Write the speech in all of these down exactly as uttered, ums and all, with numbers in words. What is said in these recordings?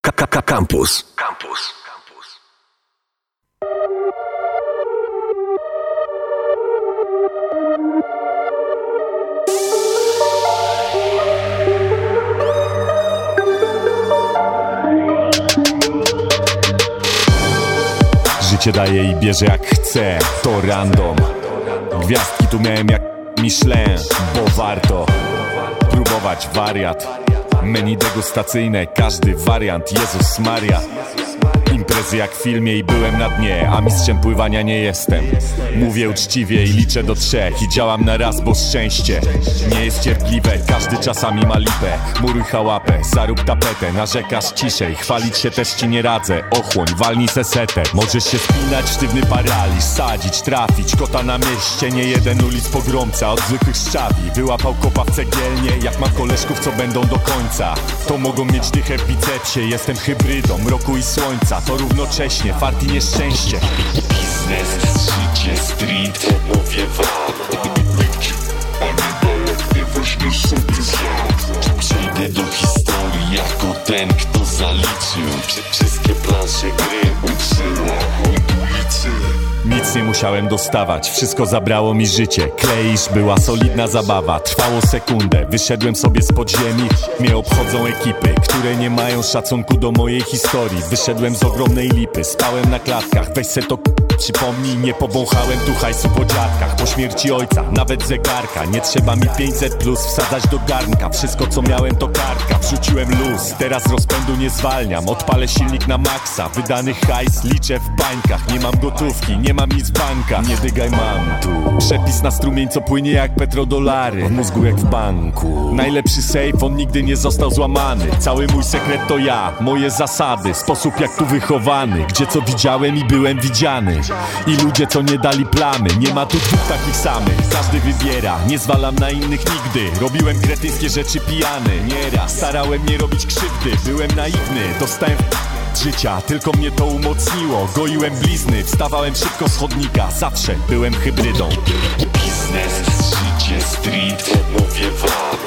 Campus. Campus. Życie daje i bierze jak chce, to random. Gwiazdki tu miałem jak Michelin, bo warto próbować wariat. Menu degustacyjne, każdy wariant, Jezus Maria. Imprezy jak w filmie i byłem na dnie, a mistrzem pływania nie jestem. Mówię uczciwie i liczę do trzech i działam na raz, bo szczęście nie jest cierpliwe, każdy czasami ma lipę. Muruj chałapę, zarób tapetę, narzekasz ciszej, chwalić się też ci nie radzę. Ochłoń, walnij se setę, możesz się spinać, sztywny paraliż, sadzić, trafić, kota na mieście, nie jeden ulic pogromca, od zwykłych szczawi, wyłapał kopa w cegielnie, jak mam koleżków, co będą do końca. To mogą mieć dychę w bicepsie, jestem hybrydą roku i słońca, to równocześnie fart i nieszczęście. Biznes, życie, street, mówię wam. A nie jak nie weźmiesz sobie za. Przejdę do historii jako ten, kto zaliczył wszystkie plansze gry, uczyła od ulicy. Nic nie musiałem dostawać, wszystko zabrało mi życie. Kleisz, była solidna zabawa, trwało sekundę. Wyszedłem sobie z podziemi, mnie obchodzą ekipy, które nie mają szacunku do mojej historii. Wyszedłem z ogromnej lipy, spałem na klatkach, weź se to k***, przypomnij, nie powąchałem tu hajsu po dziadkach. Po śmierci ojca, nawet zegarka, nie trzeba mi pięćset plus wsadzać do garnka. Wszystko co miałem to kartka, wrzuciłem luz, teraz rozpędu nie zwalniam. Odpalę silnik na maksa, wydany hajs liczę w bańkach. Nie mam gotówki, nie mam nic w bankach, nie dygaj mam tu. Przepis na strumień co płynie jak petrodolary, w mózgu jak w banku. Najlepszy safe, on nigdy nie został złamany. Cały mój sekret to ja, moje zasady, sposób jak tu wychowany. Gdzie co widziałem i byłem widziany. I ludzie co nie dali plamy, nie ma tu dwóch takich samych. Każdy wybiera, nie zwalam na innych nigdy. Robiłem kretyńskie rzeczy pijany, nieraz starałem nie robić krzywdy. Byłem naiwny, dostałem życia, tylko mnie to umocniło. Goiłem blizny, wstawałem szybko z chodnika. Zawsze byłem hybrydą. Biznes, życie, street, mówię wam.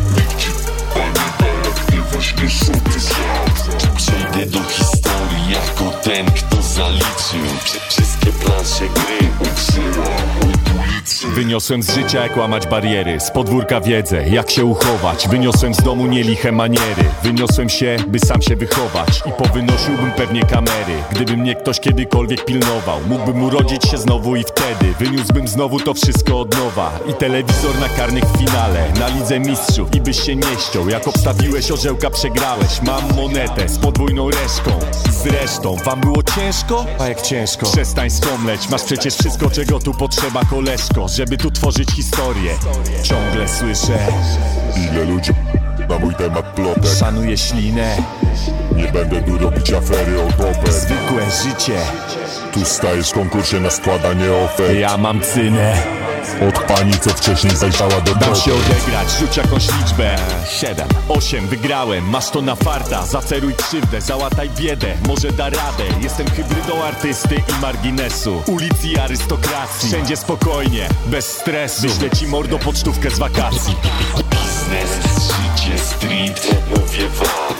A nie jak nie weźmiesz sobie za. Przejdę do historii jako ten, kto zaliczył wszystkie plansze gry, uczyła od ulicy. Wyniosłem z życia jak łamać bariery, z podwórka wiedzę jak się uchować. Wyniosłem z domu nieliche maniery, wyniosłem się by sam się wychować. I powynosiłbym pewnie kamery, gdyby mnie ktoś kiedykolwiek pilnował. Mógłbym urodzić się znowu i wtedy wyniósłbym znowu to wszystko od nowa. I telewizor na karnych w finale, na lidze mistrzów. I byś się nie ściął, jak obstawiłeś orzełka przegrałeś. Mam monetę z podwójną reszką. Zresztą wam było ciężko? A jak ciężko? Przestań skomleć, masz przecież wszystko czego tu potrzeba koleżko, żeby tu tworzyć historię. Ciągle słyszę, ile ludzi na mój temat plotek. szanuję ślinę, Nie będę tu robić afery o kopę. zwykłe życie. Tu stajesz w konkursie na składanie ofert. Ja mam cynę, Od pani co wcześniej zajrzała do dam drogi. się odegrać, rzuć jakąś liczbę. Siedem, osiem, wygrałem, masz to na farta. Zaceruj krzywdę, załataj biedę, może da radę. Jestem hybrydą artysty i marginesu, ulic i arystokracji. Wszędzie spokojnie, bez stresu, wyślę ci mordo pocztówkę z wakacji. Biznes, życie, street, mówię wam.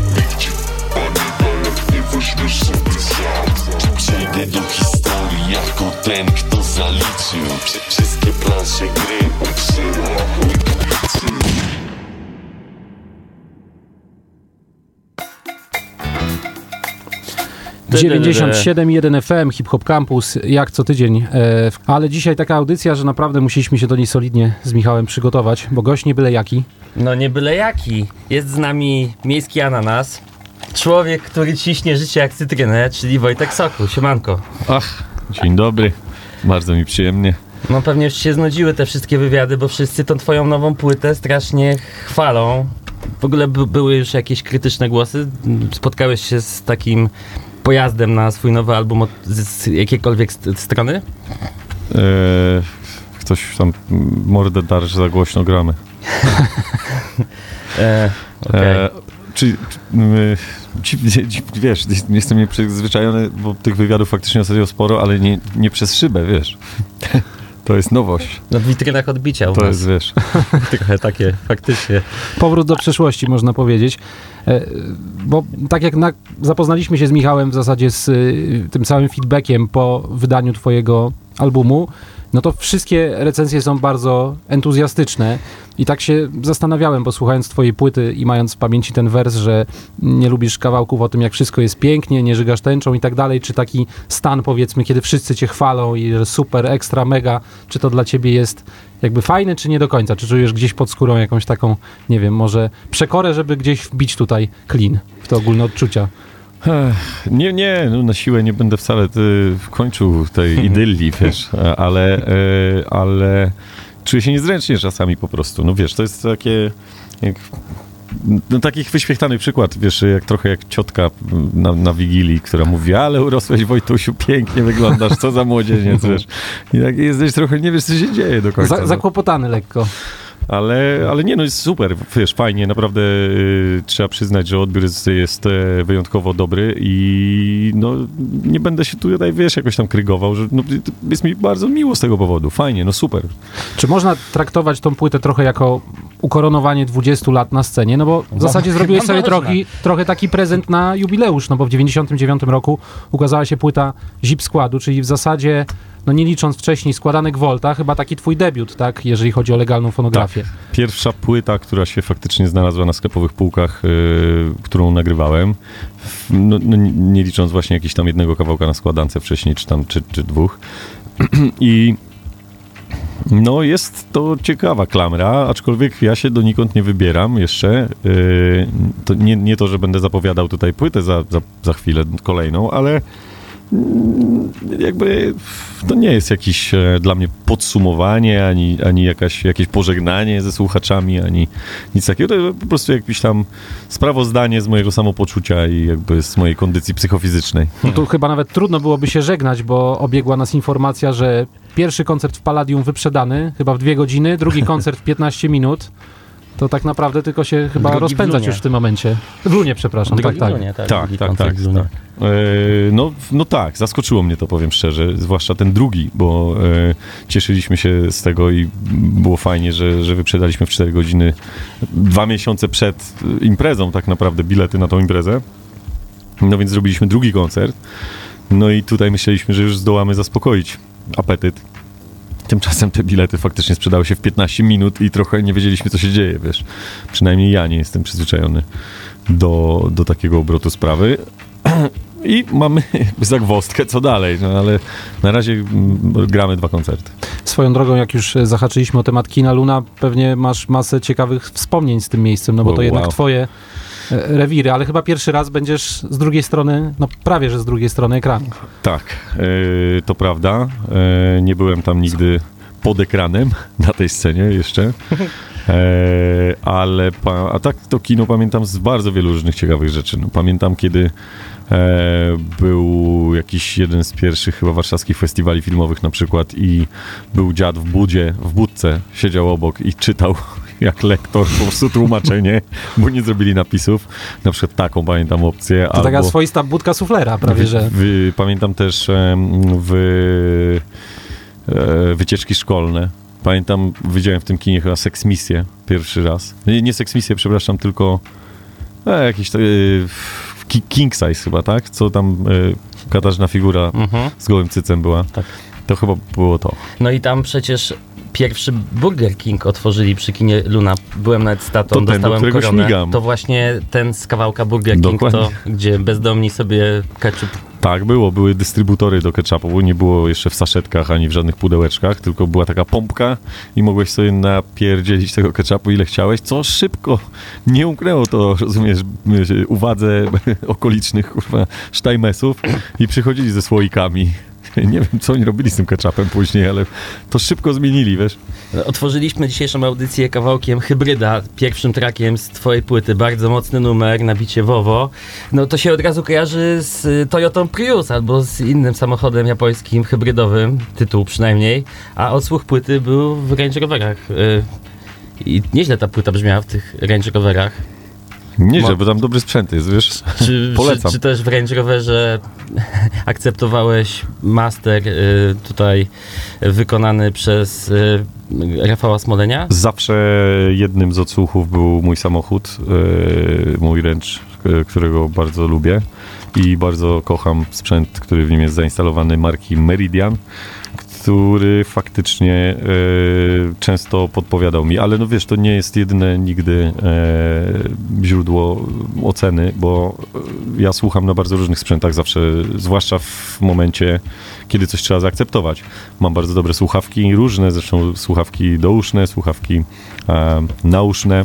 A nie jak nie weźmiesz sobie za. Przejdę do historii jako ten, kto zaliczył wszystkie plansze gry, uczyła od ulicy. dziewięćdziesiąt siedem jeden F M, Hip Hop Campus, jak co tydzień. E, ale dzisiaj taka audycja, że naprawdę musieliśmy się do niej solidnie z Michałem przygotować, bo gość nie byle jaki. No nie byle jaki. Jest z nami miejski ananas. Człowiek, który ciśnie życie jak cytrynę, czyli Wojtek Sokół. Siemanko. Ach, dzień dobry. Bardzo mi przyjemnie. No pewnie już się znudziły te wszystkie wywiady, bo wszyscy tą twoją nową płytę strasznie chwalą. W ogóle by, były już jakieś krytyczne głosy? Spotkałeś się z takim pojazdem na swój nowy album od z, z jakiejkolwiek st- strony? Eee, ktoś tam mordę dar, że za głośno gramy. e, okay. Eee, czy, czy y, dziwnie, dziwnie, wiesz, jestem nieprzyzwyczajony, bo tych wywiadów faktycznie ostatnio sporo, ale nie, nie przez szybę, wiesz. To jest nowość. Na witrynach odbicia u To nas. jest, wiesz... Trochę takie, faktycznie. Powrót do przeszłości, można powiedzieć. E, Bo tak jak na, zapoznaliśmy się z Michałem w zasadzie z y, tym całym feedbackiem po wydaniu twojego albumu, no to wszystkie recenzje są bardzo entuzjastyczne i tak się zastanawiałem, bo słuchając twojej płyty i mając w pamięci ten wers, że nie lubisz kawałków o tym, jak wszystko jest pięknie, nie żygasz tęczą i tak dalej, czy taki stan, powiedzmy, kiedy wszyscy cię chwalą i że super, ekstra, mega, czy to dla ciebie jest jakby fajne, czy nie do końca? Czy czujesz gdzieś pod skórą jakąś taką, nie wiem, może przekorę, żeby gdzieś wbić tutaj klin w te ogólne odczucia? Ech, nie, nie, no na siłę nie będę wcale y, kończył tej idylii, wiesz, ale, y, ale czuję się niezręcznie czasami po prostu, no wiesz, to jest takie, jak, no taki wyświechtany przykład, wiesz, jak trochę jak ciotka na, na Wigilii, która mówi, ale urosłeś, Wojtusiu, pięknie wyglądasz, co za młodzieniec, wiesz, i tak jesteś trochę, nie wiesz, co się dzieje do końca. Za, zakłopotany lekko. Ale, ale nie, no jest super, wiesz, fajnie, naprawdę y, trzeba przyznać, że odbiór jest, jest e, wyjątkowo dobry i no nie będę się tutaj, wiesz, jakoś tam krygował, że no, jest mi bardzo miło z tego powodu, fajnie, no super. Czy można traktować tą płytę trochę jako ukoronowanie dwudziestu lat na scenie? No bo w zasadzie zrobiłeś sobie trochę, trochę taki prezent na jubileusz, no bo w dziewięćdziesiątym dziewiątym roku ukazała się płyta Zip Składu, czyli w zasadzie, no nie licząc wcześniej składanek Volta, chyba taki twój debiut, tak, jeżeli chodzi o legalną fonografię. Tak. Pierwsza płyta, która się faktycznie znalazła na sklepowych półkach, yy, którą nagrywałem, no, no, nie licząc właśnie jakiegoś tam jednego kawałka na składance wcześniej, czy tam, czy, czy dwóch. I no jest to ciekawa klamra, aczkolwiek ja się donikąd nie wybieram jeszcze. Yy, to nie, nie to, że będę zapowiadał tutaj płytę za, za, za chwilę kolejną, ale jakby to nie jest jakieś e, dla mnie podsumowanie, ani, ani jakaś, jakieś pożegnanie ze słuchaczami, ani nic takiego. To po prostu jakieś tam sprawozdanie z mojego samopoczucia i jakby z mojej kondycji psychofizycznej. No tu chyba nawet trudno byłoby się żegnać, bo obiegła nas informacja, że pierwszy koncert w Palladium wyprzedany, chyba w dwie godziny, drugi koncert w piętnaście minut. To tak naprawdę tylko się chyba Drugi rozpędzać w już w tym momencie. W Lunie, przepraszam. Drugi tak, w tak. Lunie, tak. Tak, drugi tak, koncert tak, w Lunie. tak. E, no, no tak, zaskoczyło mnie to, powiem szczerze, zwłaszcza ten drugi, bo e, cieszyliśmy się z tego i było fajnie, że, że wyprzedaliśmy w cztery godziny, dwa miesiące przed imprezą tak naprawdę bilety na tą imprezę. No więc zrobiliśmy drugi koncert. No i tutaj myśleliśmy, że już zdołamy zaspokoić apetyt. Tymczasem te bilety faktycznie sprzedały się w piętnaście minut i trochę nie wiedzieliśmy, co się dzieje, wiesz. Przynajmniej ja nie jestem przyzwyczajony do, do takiego obrotu sprawy. I mamy zagwozdkę, co dalej, no ale na razie mm, gramy dwa koncerty. Swoją drogą, jak już zahaczyliśmy o temat kina Luna, pewnie masz masę ciekawych wspomnień z tym miejscem, no bo O, to jednak wow. twoje e, rewiry, ale chyba pierwszy raz będziesz z drugiej strony, no prawie, że z drugiej strony ekranu. Tak, yy, to prawda. Yy, nie byłem tam nigdy pod ekranem na tej scenie jeszcze. E, ale pa, a tak to kino pamiętam z bardzo wielu różnych ciekawych rzeczy. No, pamiętam, kiedy e, był jakiś jeden z pierwszych chyba warszawskich festiwali filmowych na przykład i był dziad w budzie, w budce, siedział obok i czytał jak lektor po prostu tłumaczenie, bo nie zrobili napisów. Na przykład taką pamiętam opcję. To albo taka swoista budka suflera prawie, wy, że... Wy, pamiętam też em, w e, wycieczki szkolne. Pamiętam, widziałem w tym kinie chyba Seksmisję pierwszy raz. Nie, nie Seksmisję, przepraszam, tylko e, jakiś e, King Size chyba, tak? Co tam e, Katarzyna Figura Mhm. z gołym cycem była. Tak. To chyba było to. No i tam przecież pierwszy Burger King otworzyli przy kinie Luna. Byłem nawet z tatą, To ten, do dostałem którego koronę. śmigam. To właśnie ten z kawałka Burger King, Dokładnie. to, gdzie bezdomni sobie ketchup. Tak, było. Były dystrybutory do ketchupu. Nie było jeszcze w saszetkach ani w żadnych pudełeczkach, tylko była taka pompka i mogłeś sobie napierdzielić tego ketchupu ile chciałeś, co szybko nie umknęło to, rozumiesz, uwadze okolicznych, kurwa, sztajmesów i przychodzili ze słoikami. Nie wiem, co oni robili z tym ketchupem później, ale to szybko zmienili, wiesz. Otworzyliśmy dzisiejszą audycję kawałkiem Hybryda, pierwszym trackiem z twojej płyty. Bardzo mocny numer, nabicie Vovo. No to się od razu kojarzy z Toyotą Prius albo z innym samochodem japońskim, hybrydowym, tytuł przynajmniej. A odsłuch płyty był w Range Roverach. Yy, I nieźle ta płyta brzmiała w tych Range Roverach. Nieźle, bo tam dobry sprzęt jest, wiesz? Czy, Polecam. Czy, czy też w Range Roverze akceptowałeś master y, tutaj wykonany przez y, Rafała Smolenia? Zawsze jednym z odsłuchów był mój samochód, yy, mój Range, yy, którego bardzo lubię i bardzo kocham sprzęt, który w nim jest zainstalowany, marki Meridian, który faktycznie yy, często podpowiadał mi, ale no wiesz, to nie jest jedyne nigdy yy, źródło oceny, bo yy, ja słucham na bardzo różnych sprzętach zawsze, zwłaszcza w momencie, kiedy coś trzeba zaakceptować. Mam bardzo dobre słuchawki, różne, zresztą słuchawki douszne, słuchawki e, nauszne.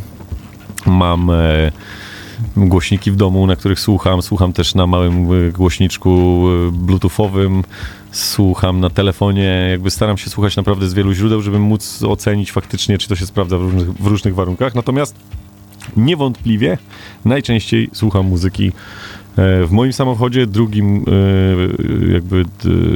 Mam e, głośniki w domu, na których słucham. Słucham też na małym głośniczku bluetoothowym. Słucham na telefonie. Jakby staram się słuchać naprawdę z wielu źródeł, żeby móc ocenić faktycznie, czy to się sprawdza w różnych, w różnych warunkach. Natomiast niewątpliwie najczęściej słucham muzyki w moim samochodzie, drugim jakby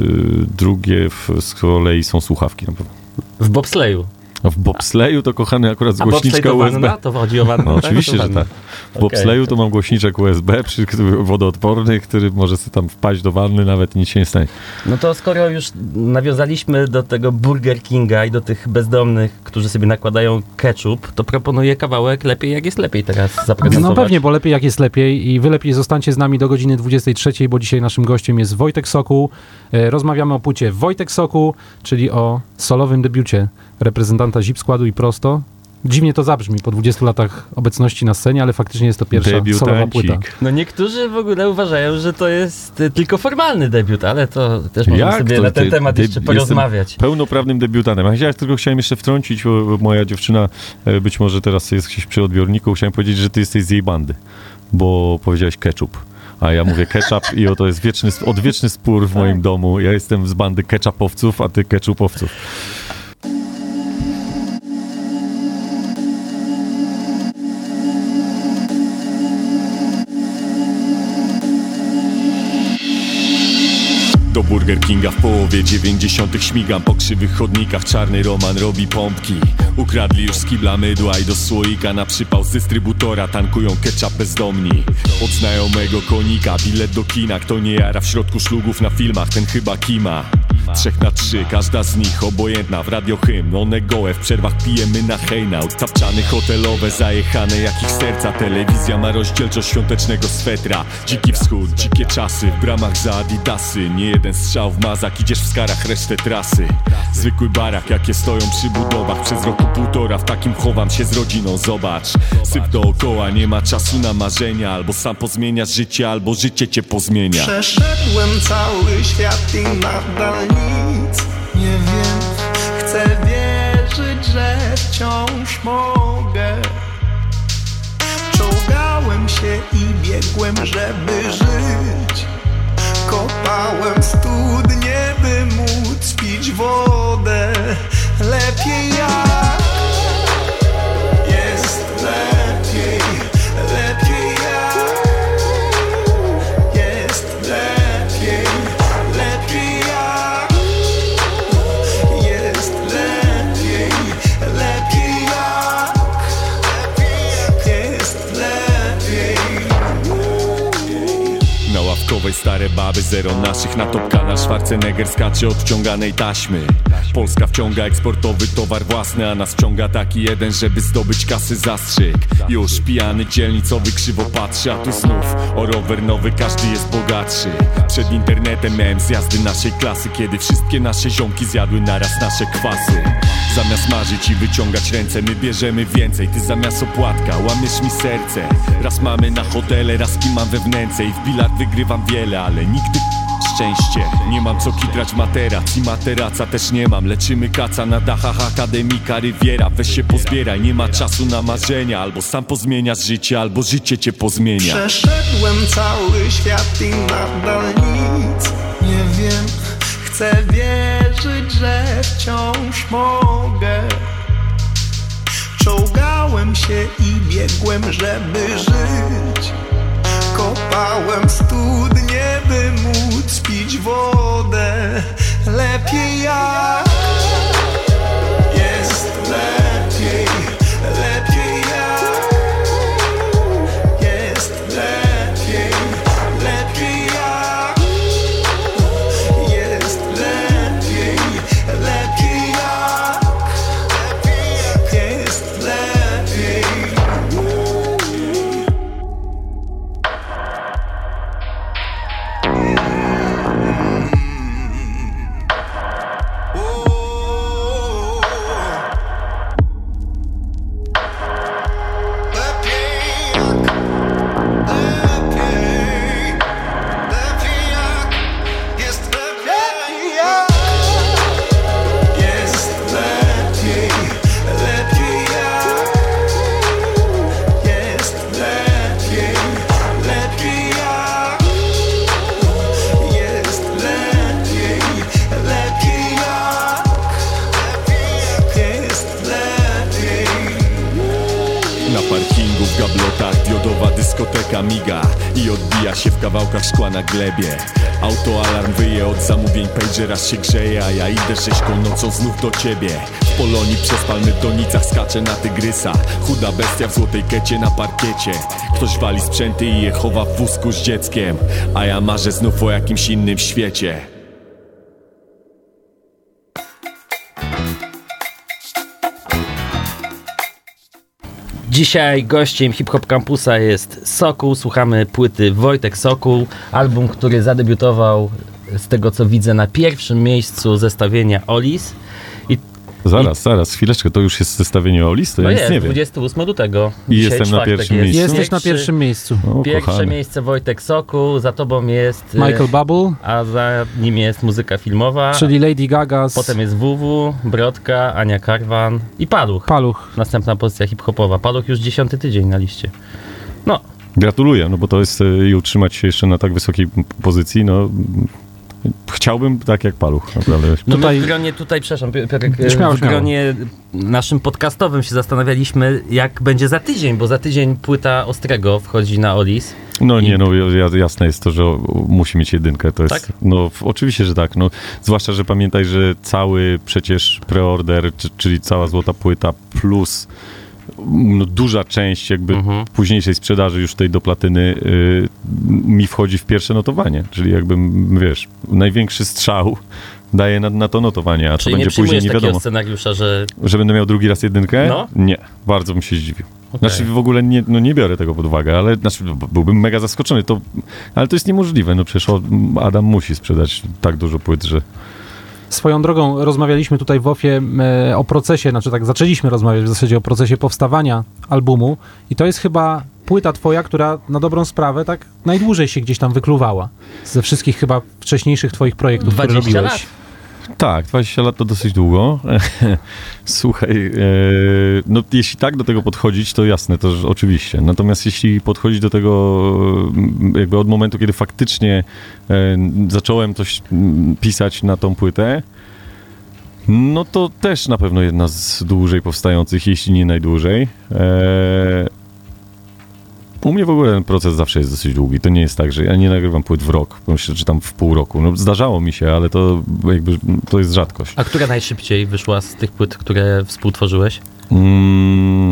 drugie z kolei są słuchawki na pewno. W bobsleju. A w bobsleju to kochany akurat z A głośniczka to U S B. Wanna? To chodzi o wannę? No, oczywiście, tak? że tak. W bobsleju to mam głośniczek U S B przy, wodoodporny, który może sobie tam wpaść do wanny, nawet nic się nie stanie. No to skoro już nawiązaliśmy do tego Burger Kinga i do tych bezdomnych, którzy sobie nakładają ketchup, to proponuję kawałek Lepiej jak jest lepiej teraz zaprezentować. No pewnie, bo lepiej jak jest lepiej i wy lepiej zostańcie z nami do godziny dwudziestej trzeciej, bo dzisiaj naszym gościem jest Wojtek Sokół. E, rozmawiamy o płycie Wojtek Sokół, czyli o solowym debiucie reprezentanta Zip Składu i Prosto. Dziwnie to zabrzmi po dwudziestu latach obecności na scenie, ale faktycznie jest to pierwsza Debiutancik. solowa płyta. No niektórzy w ogóle uważają, że to jest y, tylko formalny debiut, ale to też możemy Jak sobie to? na ten Ty- temat ty- jeszcze jestem porozmawiać. Pełnoprawnym debiutantem. A ja tylko chciałem jeszcze wtrącić, bo moja dziewczyna e, być może teraz jest gdzieś przy odbiorniku, chciałem powiedzieć, że ty jesteś z jej bandy, bo powiedziałeś ketchup. A ja mówię ketchup i oto jest wieczny, odwieczny spór w moim domu. Ja jestem z bandy ketchupowców, a ty ketchupowców. Do Burger Kinga w połowie dziewięćdziesiątych śmigam po krzywych chodnikach, czarny Roman robi pompki. Ukradli już z kibla mydła i do słoika na przypał z dystrybutora tankują ketchup bezdomni. Od znajomego konika bilet do kina, kto nie jara w środku szlugów na filmach, ten chyba kima. Trzech na trzy, każda z nich obojętna w radio hymn. One gołe, w przerwach pijemy na hejnaut. Tapczany hotelowe, zajechane jak ich serca. Telewizja ma rozdzielczość świątecznego swetra. Dziki wschód, dzikie czasy, w bramach za adidasy. Nie jeden strzał w mazak, idziesz w skarach resztę trasy. Zwykły barak, jakie stoją przy budowach. Przez roku półtora w takim chowam się z rodziną, zobacz. Syp dookoła, nie ma czasu na marzenia. Albo sam pozmieniasz życie, albo życie cię pozmienia. Przeszedłem cały świat i nadal nic nie wiem. Chcę wierzyć, że wciąż mogę. Czołgałem się i biegłem, żeby żyć. Kopałem studnie, by móc pić wodę. Lepiej jak jest lepiej, lepiej jak jest lepiej, lepiej jak jest lepiej, lepiej jak jest lepiej. Na ławkowej stare baby, zero naszych na Topkana. Schwarzenegger skacze od wciąganej taśmy. Polska wciąga eksportowy towar własny, a nas wciąga taki jeden, żeby zdobyć kasy zastrzyk. Już pijany dzielnicowy krzywo patrzy, a tu znów o rower nowy każdy jest bogatszy. Przed internetem miałem zjazdy naszej klasy, kiedy wszystkie nasze ziomki zjadły naraz nasze kwasy. Zamiast marzyć i wyciągać ręce, my bierzemy więcej. Ty zamiast opłatka łamiesz mi serce. Raz mamy na hotele, raz kimam we wnęce. I w bilard wygrywam wiele, ale nigdy szczęście. Nie mam co kitrać materac i materaca też nie mam. Leczymy kaca na dachach akademika Riviera. Weź się pozbieraj, nie ma czasu na marzenia. Albo sam pozmieniasz życie, albo życie cię pozmienia. Przeszedłem cały świat i nadal nic nie wiem. Chcę wierzyć, że wciąż mogę. Czołgałem się i biegłem, żeby żyć. Kopałem studnie, by móc pić wodę. Lepiej jak jest lepiej, lepiej jak Lampka miga i odbija się w kawałkach szkła na glebie. Autoalarm wyje od zamówień, pager raz się grzeje, a ja idę sześćką nocą znów do ciebie. W Polonii przez palmy w donicach skacze na tygrysa. Chuda bestia w złotej kecie na parkiecie. Ktoś wali sprzęty i je chowa w wózku z dzieckiem, a ja marzę znów o jakimś innym świecie. Dzisiaj gościem Hip Hop Campusa jest Sokół, słuchamy płyty Wojtek Sokół, album, który zadebiutował, z tego co widzę, na pierwszym miejscu zestawienia Olis. I Zaraz, zaraz, chwileczkę, to już jest zestawienie o listy, no ja nic jest, nie wiem. dwudziestego ósmego lutego. I Dzisiaj jestem na czwartek pierwszym jest. miejscu? Jesteś na Pierwszy- pierwszym miejscu. O, Pierwsze kochany. miejsce Wojtek Sokół, za tobą jest e, Michael Bubble, a za nim jest muzyka filmowa, czyli Lady Gaga z potem jest W W, Brodka, Ania Karwan i Paluch. Paluch. Następna pozycja hip-hopowa. Paluch już dziesiąty tydzień na liście. No, Gratuluję, no bo to jest e, i utrzymać się jeszcze na tak wysokiej p- pozycji, no chciałbym tak jak Paluch, naprawdę. no Tutaj- my w gronie tutaj, przepraszam, Piotrek, Śmiało, w śmiało. gronie naszym podcastowym się zastanawialiśmy, jak będzie za tydzień, bo za tydzień płyta Ostrego wchodzi na Olis. No nie, no ja- jasne jest to, że o- musi mieć jedynkę, to jest, Tak? no w- oczywiście, że tak, no zwłaszcza, że pamiętaj, że cały przecież preorder, czy, czyli cała złota płyta plus no, duża część jakby Mhm. późniejszej sprzedaży już tej do platyny y, mi wchodzi w pierwsze notowanie, czyli jakby, m, wiesz, największy strzał daje na, na to notowanie, a co Czyli nie będzie później przyjmujesz nie takiego wiadomo. scenariusza, że Że będę miał drugi raz jedynkę? No. Nie, bardzo bym się zdziwił. Okej. Znaczy w ogóle nie, no nie biorę tego pod uwagę, ale znaczy, byłbym mega zaskoczony, to, ale to jest niemożliwe, no przecież o- Adam musi sprzedać tak dużo płyt, że Swoją drogą rozmawialiśmy tutaj w Ofie e, o procesie, znaczy tak zaczęliśmy rozmawiać w zasadzie o procesie powstawania albumu i to jest chyba płyta twoja, która na dobrą sprawę tak najdłużej się gdzieś tam wykluwała ze wszystkich chyba wcześniejszych twoich projektów, które dwadzieścia robiłeś. lat. tak, dwadzieścia lat to dosyć długo. Słuchaj, e, no jeśli tak do tego podchodzić, to jasne, to że oczywiście. Natomiast jeśli podchodzić do tego m, jakby od momentu, kiedy faktycznie e, zacząłem coś m, pisać na tą płytę, no to też na pewno jedna z dłużej powstających, jeśli nie najdłużej. E, U mnie w ogóle ten proces zawsze jest dosyć długi. To nie jest tak, że ja nie nagrywam płyt w rok, myślę, czy tam w pół roku. No zdarzało mi się, ale to jakby to jest rzadkość. A która najszybciej wyszła z tych płyt, które współtworzyłeś? Mm.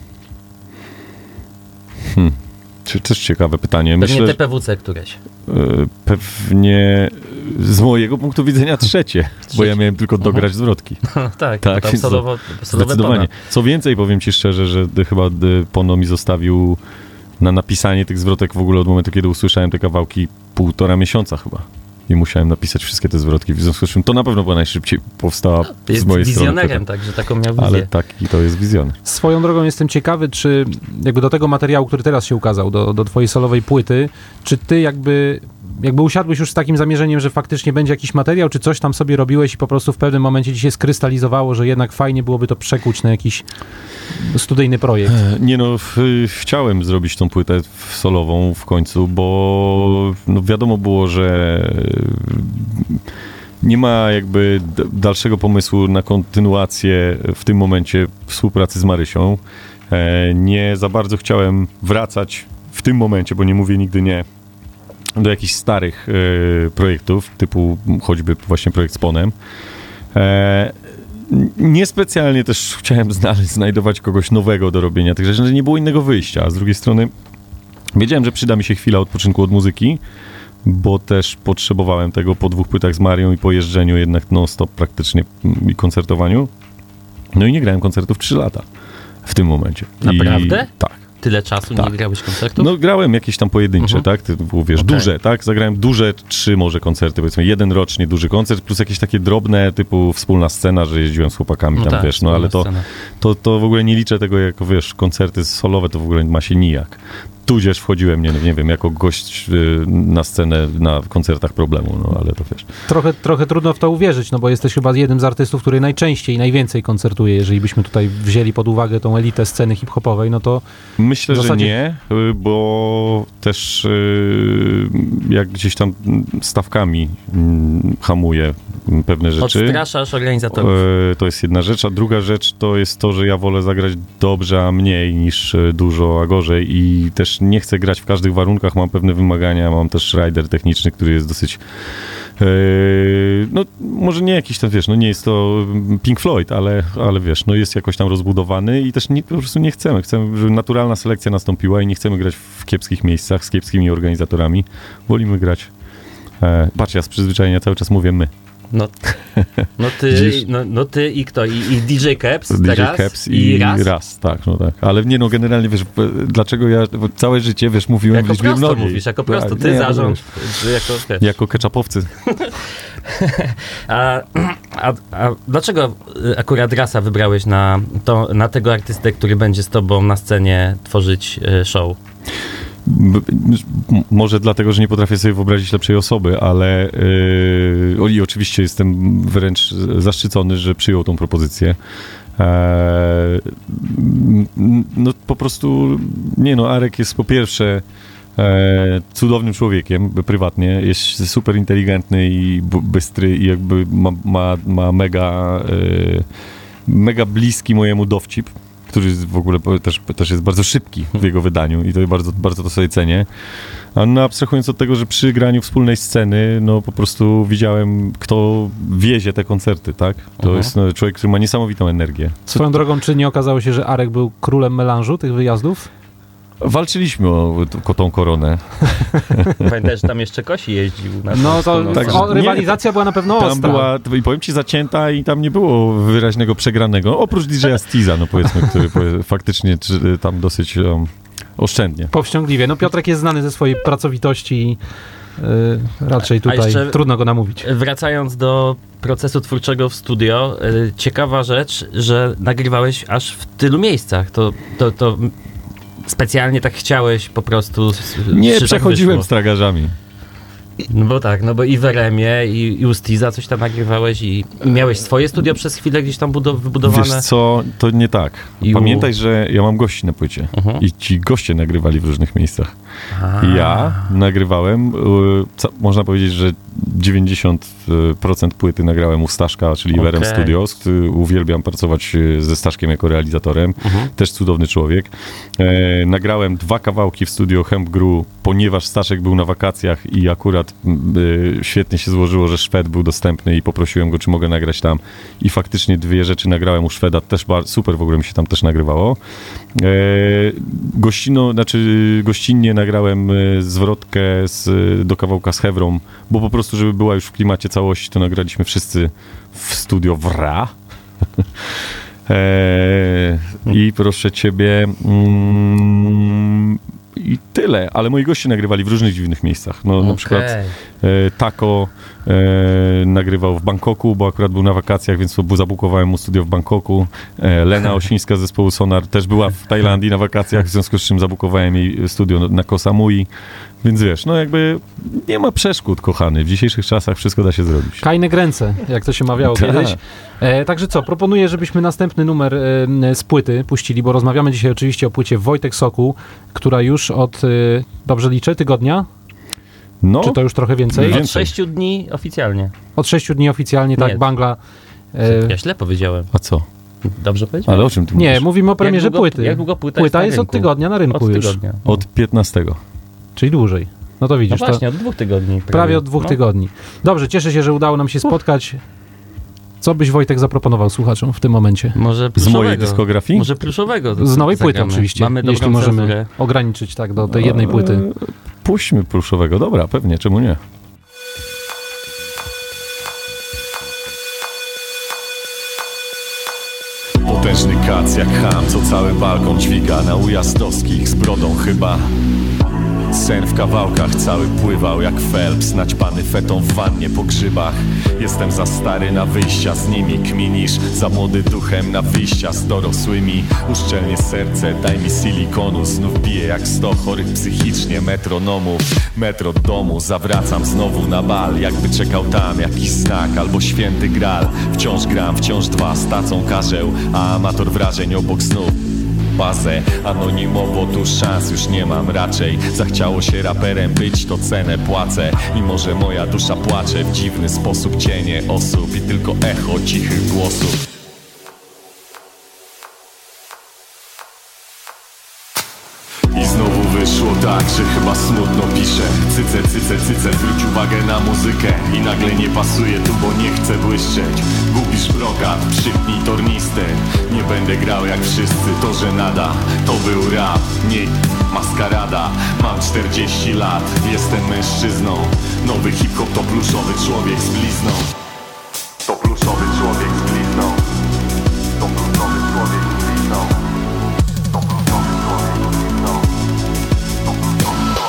Hmm. Czy też ciekawe pytanie. Pewnie Myślę, T że P W C któreś. e, pewnie z mojego punktu widzenia trzecie, bo ja miałem tylko dograć zwrotki. tak, Tak, bo tam więc to solowo, solowe Zdecydowanie. tona. Co więcej, powiem ci szczerze, że d- chyba d- Pono mi zostawił na napisanie tych zwrotek w ogóle od momentu, kiedy usłyszałem te kawałki półtora miesiąca chyba. I musiałem napisać wszystkie te zwrotki, w związku z czym to na pewno była najszybciej powstała z Jest mojej strony. wizjonerem, także taką miał wizję. Ale taki to jest wizjoner. Swoją drogą jestem ciekawy, czy jakby do tego materiału, który teraz się ukazał, do, do twojej solowej płyty, czy ty jakby, jakby usiadłeś już z takim zamierzeniem, że faktycznie będzie jakiś materiał, czy coś tam sobie robiłeś i po prostu w pewnym momencie ci się skrystalizowało, że jednak fajnie byłoby to przekuć na jakiś studyjny projekt? Nie no, w, chciałem zrobić tą płytę w solową w końcu, bo no wiadomo było, że nie ma jakby d- dalszego pomysłu na kontynuację w tym momencie współpracy z Marysią. E, nie za bardzo chciałem wracać w tym momencie, bo nie mówię nigdy nie, do jakichś starych e, projektów, typu choćby właśnie projekt z Ponem. E, Niespecjalnie też chciałem znaleźć, znajdować kogoś nowego do robienia tych rzeczy, że nie było innego wyjścia, a z drugiej strony wiedziałem, że przyda mi się chwila odpoczynku od muzyki, bo też potrzebowałem tego po dwóch płytach z Marią i po jeżdżeniu jednak non-stop praktycznie i koncertowaniu. No i nie grałem koncertów trzy lata w tym momencie. Naprawdę? I, tak. Tyle czasu Tak. nie grałeś koncertów? No grałem jakieś tam pojedyncze, Mhm. tak? Ty, wiesz, Okej. duże, tak? Zagrałem duże, trzy może koncerty, powiedzmy, jeden rocznie duży koncert, plus jakieś takie drobne, typu wspólna scena, że jeździłem z chłopakami No tam, tak, wiesz, no ale to, scena. to, to w ogóle nie liczę tego jako, wiesz, koncerty solowe, to w ogóle ma się nijak. Tudzież wchodziłem, nie, nie wiem, jako gość y, na scenę na koncertach Problemu, no ale to wiesz. Trochę, trochę trudno w to uwierzyć, no bo jesteś chyba jednym z artystów, który najczęściej i najwięcej koncertuje. Jeżeli byśmy tutaj wzięli pod uwagę tą elitę sceny hip-hopowej, no to Myślę, W że zasadzie- nie, y, bo też y, jak gdzieś tam stawkami mm, hamuję pewne rzeczy. Odstraszasz organizatorów. E, to jest jedna rzecz, a druga rzecz to jest to, że ja wolę zagrać dobrze, a mniej niż e, dużo, a gorzej i też nie chcę grać w każdych warunkach, mam pewne wymagania, mam też rider techniczny, który jest dosyć e, no może nie jakiś tam, wiesz, no nie jest to Pink Floyd, ale, ale wiesz, no jest jakoś tam rozbudowany i też nie, po prostu nie chcemy, chcemy, żeby naturalna selekcja nastąpiła i nie chcemy grać w kiepskich miejscach z kiepskimi organizatorami, wolimy grać. E, patrz, ja z przyzwyczajenia cały czas mówię my. No, no, ty, no, no ty i kto? I, i D J Caps D J teraz? Caps i, i raz? raz, tak, no tak. Ale nie, no generalnie, wiesz, dlaczego ja całe życie, wiesz, mówiłem Jako w liczbie prosto mnogiej. mówisz, jako prosto. Tak, Ty nie, zarząd, że jako, wiesz. Jako ketchupowcy. a, a, a dlaczego akurat Rasa wybrałeś na, to, na tego artystę, który będzie z tobą na scenie tworzyć show? B- m- może dlatego, że nie potrafię sobie wyobrazić lepszej osoby, ale yy, i oczywiście jestem wręcz zaszczycony, że przyjął tą propozycję. Eee, no po prostu, nie no, Arek jest po pierwsze e, cudownym człowiekiem, prywatnie, jest super inteligentny i b- bystry i jakby ma, ma, ma mega, e, mega bliski mojemu dowcip, który w ogóle też, też jest bardzo szybki w jego wydaniu i to bardzo, bardzo to sobie cenię. A no, abstrahując od tego, że przy graniu wspólnej sceny, no po prostu widziałem, kto wiezie te koncerty, tak? To Mhm. jest no, człowiek, który ma niesamowitą energię. Swoją drogą, czy nie okazało się, że Arek był królem melanżu tych wyjazdów? Walczyliśmy o, o tą koronę. Pamiętasz, że tam jeszcze Kosi jeździł. Na No to tą- Także o, rywalizacja była na pewno Tam ostra. była, i powiem ci, zacięta i tam nie było wyraźnego przegranego, oprócz D J Stiza, no powiedzmy, który powie, faktycznie czy, tam dosyć um, oszczędnie. Powściągliwie. No Piotrek jest znany ze swojej pracowitości i yy, raczej tutaj jeszcze- trudno go namówić. Wracając do procesu twórczego w studio, y, ciekawa rzecz, że nagrywałeś aż w tylu miejscach. To, to, to specjalnie tak chciałeś po prostu... s- Nie czy tak przechodziłem wyszło? z tragarzami. No bo tak, no bo i w Eremie, i, i u Stiza coś tam nagrywałeś i, i miałeś swoje studio przez chwilę gdzieś tam budow- wybudowane. Wiesz co, to nie tak. I u- Pamiętaj, że ja mam gości na płycie Mhm. i ci goście nagrywali w różnych miejscach. A. Ja nagrywałem, y, co, można powiedzieć, że dziewięćdziesiąt procent płyty nagrałem u Staszka, czyli w R M Okej. Studios, który uwielbiam pracować y, ze Staszkiem jako realizatorem, Mhm. też cudowny człowiek. E, nagrałem dwa kawałki w studio Hemp Grew, ponieważ Staszek był na wakacjach i akurat y, świetnie się złożyło, że Szwed był dostępny i poprosiłem go, czy mogę nagrać tam i faktycznie dwie rzeczy nagrałem u Szweda, też bar- super w ogóle mi się tam też nagrywało. E, gościno, znaczy gościnnie nagrałem y, zwrotkę z, do kawałka z Hewrą, bo po prostu, żeby była już w klimacie całości, to nagraliśmy wszyscy w studio w R A. E, I proszę ciebie, mm, i tyle, ale moi goście nagrywali w różnych dziwnych miejscach. No, na Okej. przykład e, Taco e, nagrywał w Bangkoku, bo akurat był na wakacjach, więc bu- zabukowałem mu studio w Bangkoku. E, Lena Osińska z zespołu Sonar też była w Tajlandii na wakacjach, w związku z czym zabukowałem jej studio na, na Koh Samui. Więc wiesz, no jakby nie ma przeszkód, kochany. W dzisiejszych czasach wszystko da się zrobić. Kajne gręce, jak to się mawiało Tak. kiedyś. E, także co, proponuję, żebyśmy następny numer e, z płyty puścili, bo rozmawiamy dzisiaj oczywiście o płycie Wojtek Sokół, która już od, e, dobrze liczę, tygodnia? No, Czy to już trochę więcej? Więcej. Od sześciu dni oficjalnie. Od sześciu dni oficjalnie, tak, Nie. Bangla. E, Ja źle powiedziałem. a co? Dobrze powiedziałem? Ale o czym ty nie, mówisz? mówimy o premierze Jak długo- płyty. jak długo płyta Płyta jest na jest od rynku? tygodnia na rynku Od już, tygodnia. Od piętnastego. czyli dłużej. No to No widzisz, właśnie, to od dwóch tygodni. Prawie, prawie od dwóch no. tygodni. Dobrze, cieszę się, że udało nam się spotkać. Co byś, Wojtek, zaproponował słuchaczom w tym momencie? Może Z pluszowego. mojej dyskografii? Może pluszowego. Z nowej płyty zagramy. oczywiście, Mamy dobrą jeśli możemy cenzurę. ograniczyć tak do tej jednej płyty. Eee, Puśćmy pluszowego. Dobra, pewnie, czemu nie? Potężny kac jak ham, co cały balkon dźwiga na ujazdowskich z brodą chyba. Sen w kawałkach cały pływał jak Phelps, naćpany fetą w wannie po grzybach. Jestem za stary na wyjścia z nimi kminisz, za młody duchem na wyjścia z dorosłymi. Uszczelnie serce, daj mi silikonu, znów biję jak sto chorych psychicznie metronomów. Metro domu, zawracam znowu na bal, jakby czekał tam jakiś znak albo święty gral. Wciąż gram, wciąż dwa, stacą karzeł, a amator wrażeń obok snów. bazę. Anonimowo tu szans już nie mam raczej. Zachciało się raperem być, to cenę płacę. Mimo że moja dusza płacze w dziwny sposób, cienie osób i tylko echo cichych głosów. I znowu wyszło tak, że chyba smutno piszę. Cyce, cyce, cyce, zwróć uwagę na muzykę. I nagle nie pasuje tu, bo nie chcę błyszczeć. Gubisz brokat, przypnij tornistę. Nie będę grał jak wszyscy, to żenada. To był rap, nie maskarada. Mam czterdzieści lat, jestem mężczyzną. Nowy hip-hop to pluszowy człowiek z blizną. To pluszowy człowiek z blizną. To pluszowy człowiek z blizną. To pluszowy człowiek z blizną. To pluszowy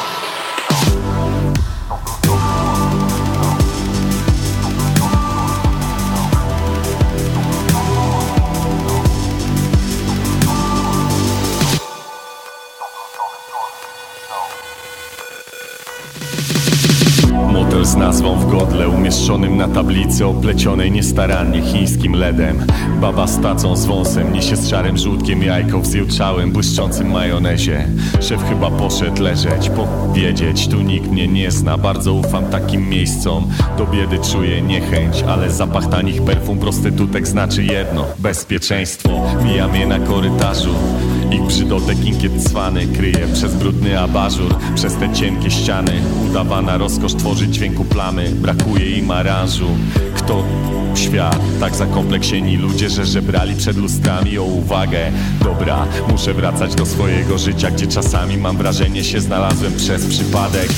Motel z nazwą w godle, umieszczonym na tablicy oplecionej niestarannie chińskim ledem. Baba z tacą z wąsem niesie z szarym żółtkiem jajko w zjełczałym, błyszczącym majonezie. Szef chyba poszedł leżeć, powiedzieć, tu nikt mnie nie zna. Bardzo ufam takim miejscom, do biedy czuję niechęć, ale zapach tanich perfum prostytutek znaczy jedno: bezpieczeństwo. Mijam je na korytarzu, ich brzydotek inkiet cwany kryje przez brudny abażur. Przez te cienkie ściany udawana rozkosz tworzy dźwięku plamy. Brakuje im aranżu. Kto świat? Tak zakompleksieni ludzie, że żebrali przed lustrami o uwagę. Dobra, muszę wracać do swojego życia, gdzie czasami mam wrażenie się znalazłem przez przypadek.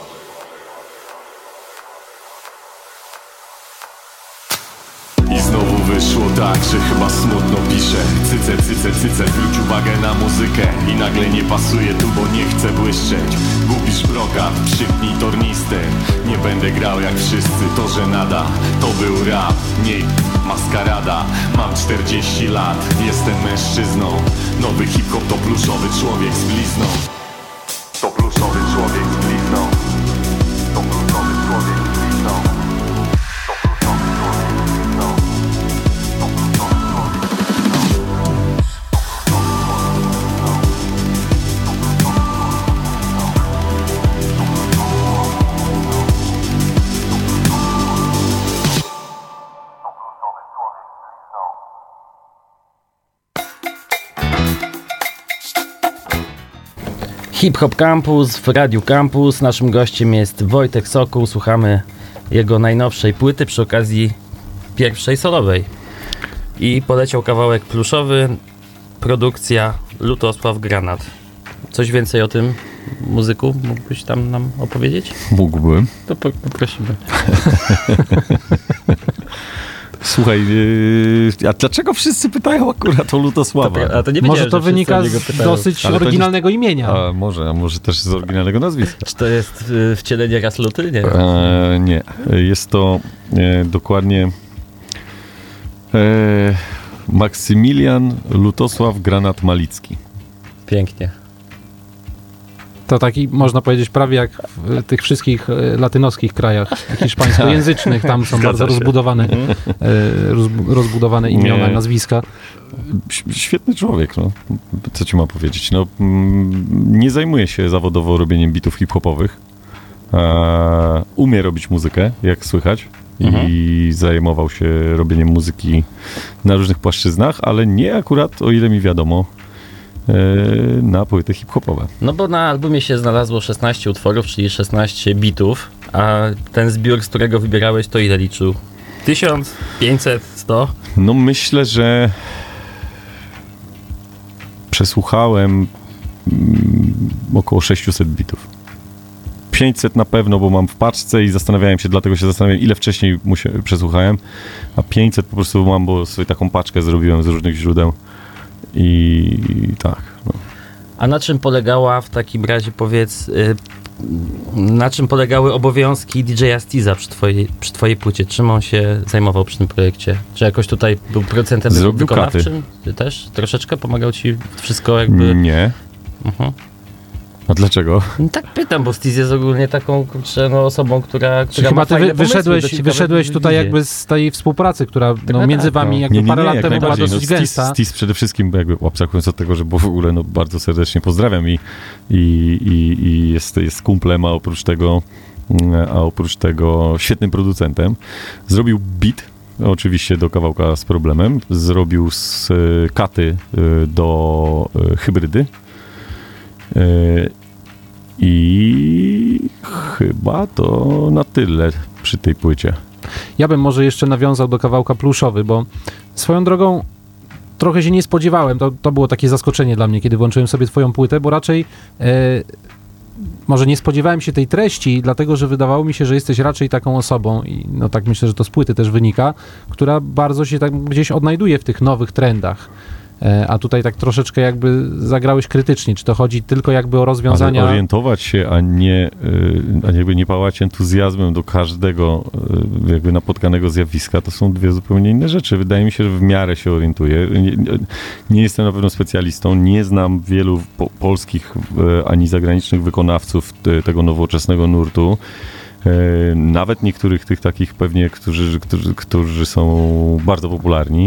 I znowu wyszło tak, że chyba smutno piszę. Cyce, cyce, cyce, zwróć uwagę na muzykę. I nagle nie pasuje tu, bo nie chcę błyszczeć. Gubisz brokat, przypnij tornistę. Nie będę grał jak wszyscy, to żenada. To był rap, nie maskarada. Mam czterdzieści lat, jestem mężczyzną. Nowy hip-hop to pluszowy człowiek z blizną. To pluszowy człowiek z blizną. To pluszowy człowiek z blizną. Hip Hop Campus w Radiu Campus. Naszym gościem jest Wojtek Sokół. Słuchamy jego najnowszej płyty przy okazji pierwszej solowej. I poleciał kawałek pluszowy, produkcja Lutosław Granat. Coś więcej o tym muzyku mógłbyś tam nam opowiedzieć? Mógłbym. To po, poprosimy. Słuchaj, yy, a dlaczego wszyscy pytają akurat o Lutosława? To, a to nie może to wynika z dosyć ale oryginalnego nie... imienia. A może, a może też z oryginalnego nazwiska. Czy to jest y, wcielenie raz Luty? Nie. E, nie. Jest to e, dokładnie e, Maksymilian Lutosław Granat Malicki. Pięknie. To taki, można powiedzieć, prawie jak w tych wszystkich latynoskich krajach hiszpańskojęzycznych. Tam są bardzo rozbudowane, rozbudowane imiona, Nie. nazwiska. Świetny człowiek, no. Co ci mam powiedzieć? No, nie zajmuje się zawodowo robieniem bitów hip-hopowych. E, umie robić muzykę, jak słychać. Mhm. I zajmował się robieniem muzyki na różnych płaszczyznach, ale nie akurat, o ile mi wiadomo, na płyty hip-hopowe. No bo na albumie się znalazło szesnaście utworów, czyli szesnaście bitów, a ten zbiór, z którego wybierałeś, to ile liczył? tysiąc, pięćset, sto? No myślę, że przesłuchałem mm, około sześćset bitów. pięćset na pewno, bo mam w paczce i zastanawiałem się, dlatego się zastanawiałem, ile wcześniej musia- przesłuchałem, a pięćset po prostu mam, bo sobie taką paczkę zrobiłem z różnych źródeł. I tak. No. A na czym polegała w takim razie, powiedz, y, na czym polegały obowiązki D J Steeza przy twojej, przy twojej płycie? Czym on się zajmował przy tym projekcie? Czy jakoś tutaj był procentem Zrobił wykonawczym? Ty też? Troszeczkę pomagał ci wszystko jakby? Nie. Uh-huh. A dlaczego? No tak pytam, bo Stiz jest ogólnie taką kurczę, no, osobą, która, która Chyba ma ty fajne wy, wyszedłeś, pomysły, wyszedłeś tutaj wizje. jakby z tej współpracy, która no, tak, między wami no. jakby Nie, nie, parę nie, lat jak temu była najbardziej. dosyć no, gęsta. Stis, Stis przede wszystkim, jakby abstrahując od tego, że bo w ogóle no, bardzo serdecznie pozdrawiam i, i, i, i jest, jest kumplem, a oprócz tego a oprócz tego świetnym producentem. Zrobił beat, oczywiście do kawałka z problemem. Zrobił z y, katy y, do y, hybrydy. Y, I chyba to na tyle przy tej płycie. Ja bym może jeszcze nawiązał do kawałka Pluszowy, bo swoją drogą trochę się nie spodziewałem. To, to było takie zaskoczenie dla mnie, kiedy włączyłem sobie twoją płytę, bo raczej e, może nie spodziewałem się tej treści, dlatego że wydawało mi się, że jesteś raczej taką osobą, i no tak myślę, że to z płyty też wynika, która bardzo się tak gdzieś odnajduje w tych nowych trendach. E, a tutaj tak troszeczkę jakby zagrałeś krytycznie. Czy to chodzi tylko jakby o rozwiązania... Ale orientować się, a nie, y, a jakby nie pałać entuzjazmem do każdego y, jakby napotkanego zjawiska, to są dwie zupełnie inne rzeczy. Wydaje mi się, że w miarę się orientuję. Nie, nie jestem na pewno specjalistą, nie znam wielu po, polskich y, ani zagranicznych wykonawców te, tego nowoczesnego nurtu. Y, nawet niektórych tych takich pewnie, którzy, którzy, którzy są bardzo popularni.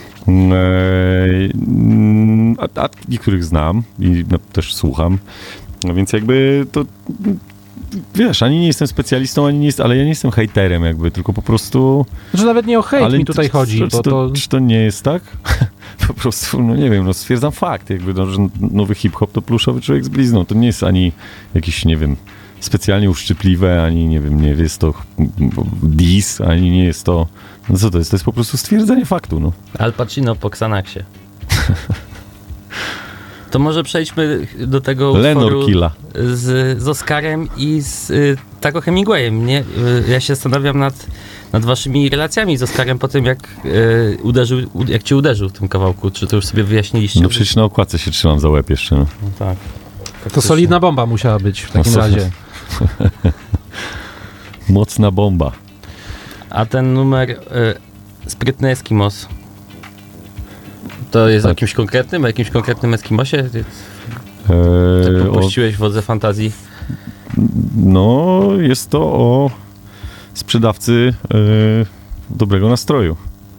A, a niektórych znam i no, też słucham, no więc jakby to, wiesz, ani nie jestem specjalistą, ani nie jest, ale ja nie jestem hejterem jakby, tylko po prostu... Znaczy nawet nie o hejt ale mi tutaj czy, chodzi, czy, bo czy, to... to... Czy to nie jest tak? Po prostu, no nie wiem, no stwierdzam fakt, jakby, no, że nowy hip-hop to pluszowy człowiek z blizną, to nie jest ani jakiś, nie wiem, specjalnie uszczypliwe, ani nie wiem, nie jest to diss, ani nie jest to... No co to jest? To jest po prostu stwierdzenie faktu, no. Al Pacino po Xanaxie. To może przejdźmy do tego utworu z, z Oscarem i z y, Taco Hemingwayem. Nie? Y, ja się zastanawiam nad, nad waszymi relacjami z Oscarem po tym, jak y, uderzył, u, jak cię uderzył w tym kawałku. Czy to już sobie wyjaśniliście? No przecież na okładce się trzymam za łeb jeszcze. No. No tak. To solidna bomba musiała być w takim no, razie. Mocna bomba. A ten numer y, Sprytny Eskimos, to jest tak. o jakimś konkretnym, o jakimś konkretnym Eskimosie? Ty, Eee, ty popuściłeś wodze fantazji? No, jest to o sprzedawcy e, dobrego nastroju.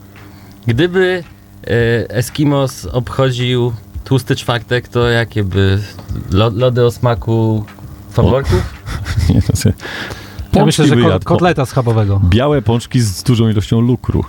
Gdyby e, Eskimos obchodził tłusty czwartek, to jakie by lo, lody o smaku faworków? Nie, to sobie... Ja myślę, że ko- wyjadł. kotleta schabowego. Białe pączki z dużą ilością lukru.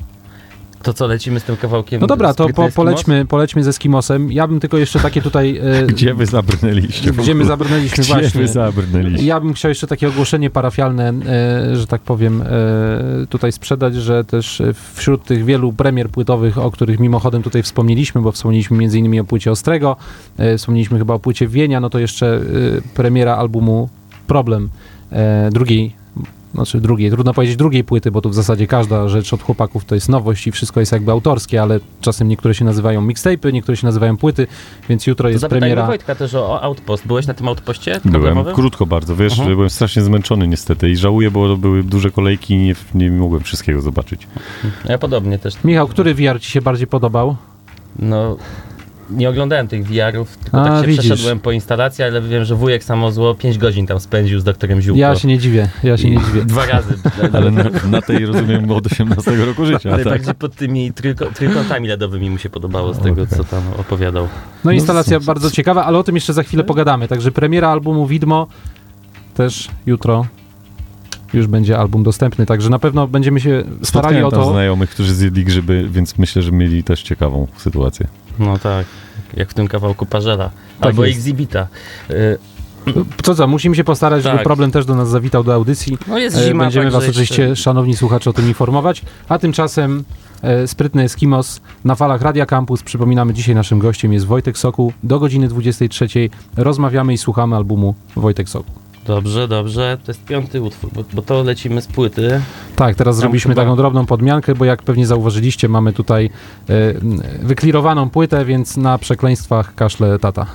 To co, lecimy z tym kawałkiem? No dobra, to po, Eskimos? polećmy, polećmy z Eskimosem. Ja bym tylko jeszcze takie tutaj... E, Gdzie wy zabrnęliście? Gdzie my zabrnęliśmy Gdzie właśnie. wy zabrnęliście? Ja bym chciał jeszcze takie ogłoszenie parafialne, e, że tak powiem, e, tutaj sprzedać, że też wśród tych wielu premier płytowych, o których mimochodem tutaj wspomnieliśmy, bo wspomnieliśmy między innymi o płycie Ostrego, e, wspomnieliśmy chyba o płycie Wienia, no to jeszcze e, premiera albumu Problem, e, drugiej, znaczy drugiej, trudno powiedzieć drugiej płyty, bo tu w zasadzie każda rzecz od chłopaków to jest nowość i wszystko jest jakby autorskie, ale czasem niektóre się nazywają mixtape'y, niektóre się nazywają płyty, więc jutro jest Zapytajmy premiera. Wojtka też o, o Outpost. Byłeś na tym Outpoście? Byłem, krótko bardzo, wiesz, Aha. byłem strasznie zmęczony niestety i żałuję, bo były duże kolejki i nie, nie mogłem wszystkiego zobaczyć. Ja podobnie też. Michał, który V R ci się bardziej podobał? No, nie oglądałem tych V R-ów, tylko A, tak się widzisz. przeszedłem po instalacji, ale wiem, że wujek Samozło pięć godzin tam spędził z doktorem Ziółko. Ja się nie dziwię, ja się nie dziwię. Dwa razy. Ale na, na tej, rozumiem, od osiemnastego roku życia, tak? Najbardziej pod tymi trójko, trójkątami ledowymi mu się podobało z tego, co tam opowiadał. No instalacja bardzo ciekawa, ale o tym jeszcze za chwilę pogadamy. Także premiera albumu Widmo też jutro już będzie album dostępny, także na pewno będziemy się starali Spotkałem o tam to. znajomych, którzy zjedli grzyby, więc myślę, że mieli też ciekawą sytuację. No tak, jak w tym kawałku Parzela. Tak Albo jest. Exhibita. Y, Co co, musimy się postarać, żeby Tak. Problem też do nas zawitał do audycji. No jest E, zima, Będziemy także was oczywiście, jeszcze- szanowni słuchacze, o tym informować. A tymczasem e, sprytny Eskimos na falach Radia Campus. Przypominamy, dzisiaj naszym gościem jest Wojtek Sokół. Do godziny dwudziestej trzeciej rozmawiamy i słuchamy albumu Wojtek Sokół. Dobrze, dobrze. To jest piąty utwór, bo, bo to lecimy z płyty. Tak, teraz Tam zrobiliśmy chyba- taką drobną podmiankę, bo jak pewnie zauważyliście, mamy tutaj e, wyklirowaną płytę, więc na przekleństwach kaszle tata.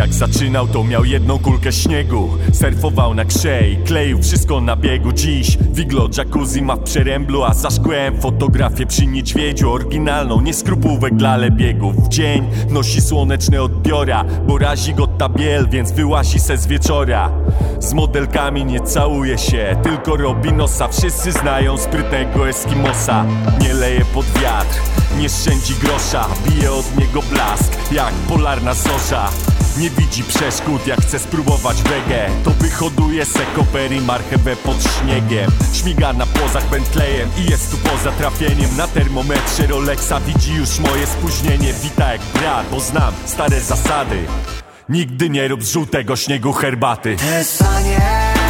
jak zaczynał, to miał jedną kulkę śniegu. Surfował na krzej, kleił wszystko na biegu. Dziś wiglo jacuzzi ma w przeręblu, a za szkłem fotografię przy niedźwiedziu. Oryginalną, nie skrupówek dla lebiegów. W dzień nosi słoneczne odbiora, bo razi go ta biel, więc wyłazi se z wieczora. Z modelkami nie całuje się, tylko robi nosa. Wszyscy znają sprytnego Eskimosa. Nie leje pod wiatr, nie szczędzi grosza. Bije od niego blask, jak polarna zorza. Nie widzi przeszkód, jak chce spróbować wege, to wyhoduje se koper i marchewę pod śniegiem. Śmiga na płozach Bentleyem i jest tu poza trafieniem. Na termometrze Rolexa widzi już moje spóźnienie. Wita jak brat, bo znam stare zasady. Nigdy nie rób z żółtego śniegu herbaty. Te sanie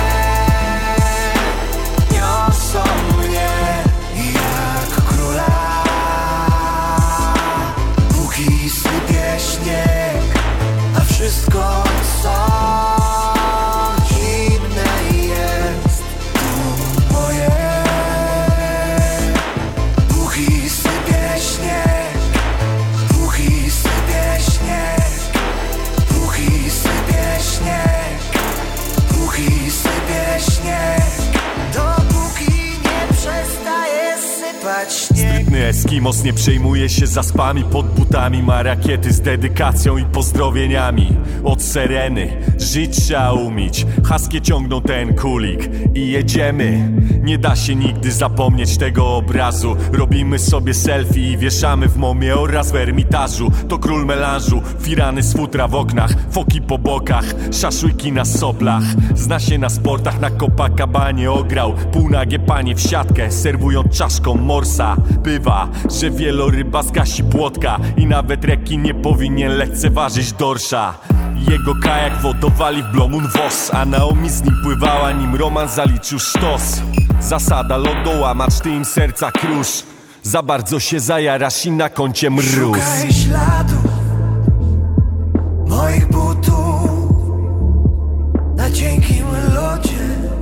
niosą mnie jak króla, póki sypie śnieg, a wszystko co zimne jest tu moje. Póki sypie śnieg, póki sypie śnieg, póki sypie śnieg, póki sypie śnieg, dopóki nie przestaje sypać śnieg. Sprytny Eskimos nie przejmuje się zaspami. Pod butami ma rakiety z dedykacją i pozdrowieniami. Od Sereny żyć trzeba umieć. Haskie ciągną ten kulik i jedziemy. Nie da się nigdy zapomnieć tego obrazu. Robimy sobie selfie i wieszamy w momie oraz w Ermitażu. To król melanżu, firany z futra w oknach, foki po bokach, szaszłyki na soblach. Zna się na sportach, na Copacabanie ograł półnagie panie w siatkę, serwując czaszką morsa. Bywa, że wieloryba zgasi płotka i nawet rekin nie powinien lekceważyć dorsza. Jego kajak wodowali w Blomun Vos, a Naomi z nim pływała, nim Roman zaliczył sztos. Zasada lodołamacz, ty im serca krusz. Za bardzo się zajarasz i na koncie mróz. Szukaj śladów moich butów na cienkim lodzie.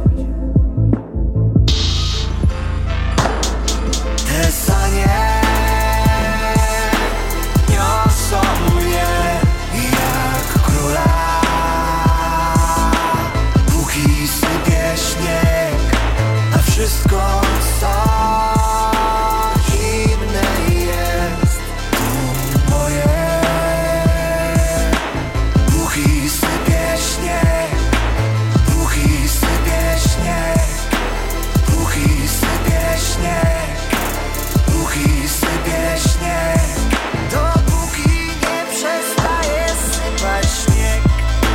Te sanie niosą mnie jak króla, póki sypie śnieg, a wszystko co zimne jest tu moje. Póki sypie śnieg, póki sypie śnieg, póki sypie śnieg, póki sypie śnieg, dopóki nie przestaje sypać śnieg.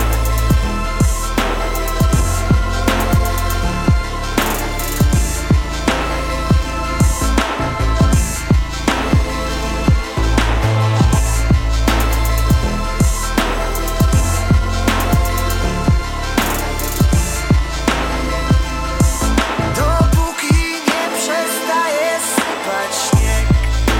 Dopóki nie przestaje sypać śnieg.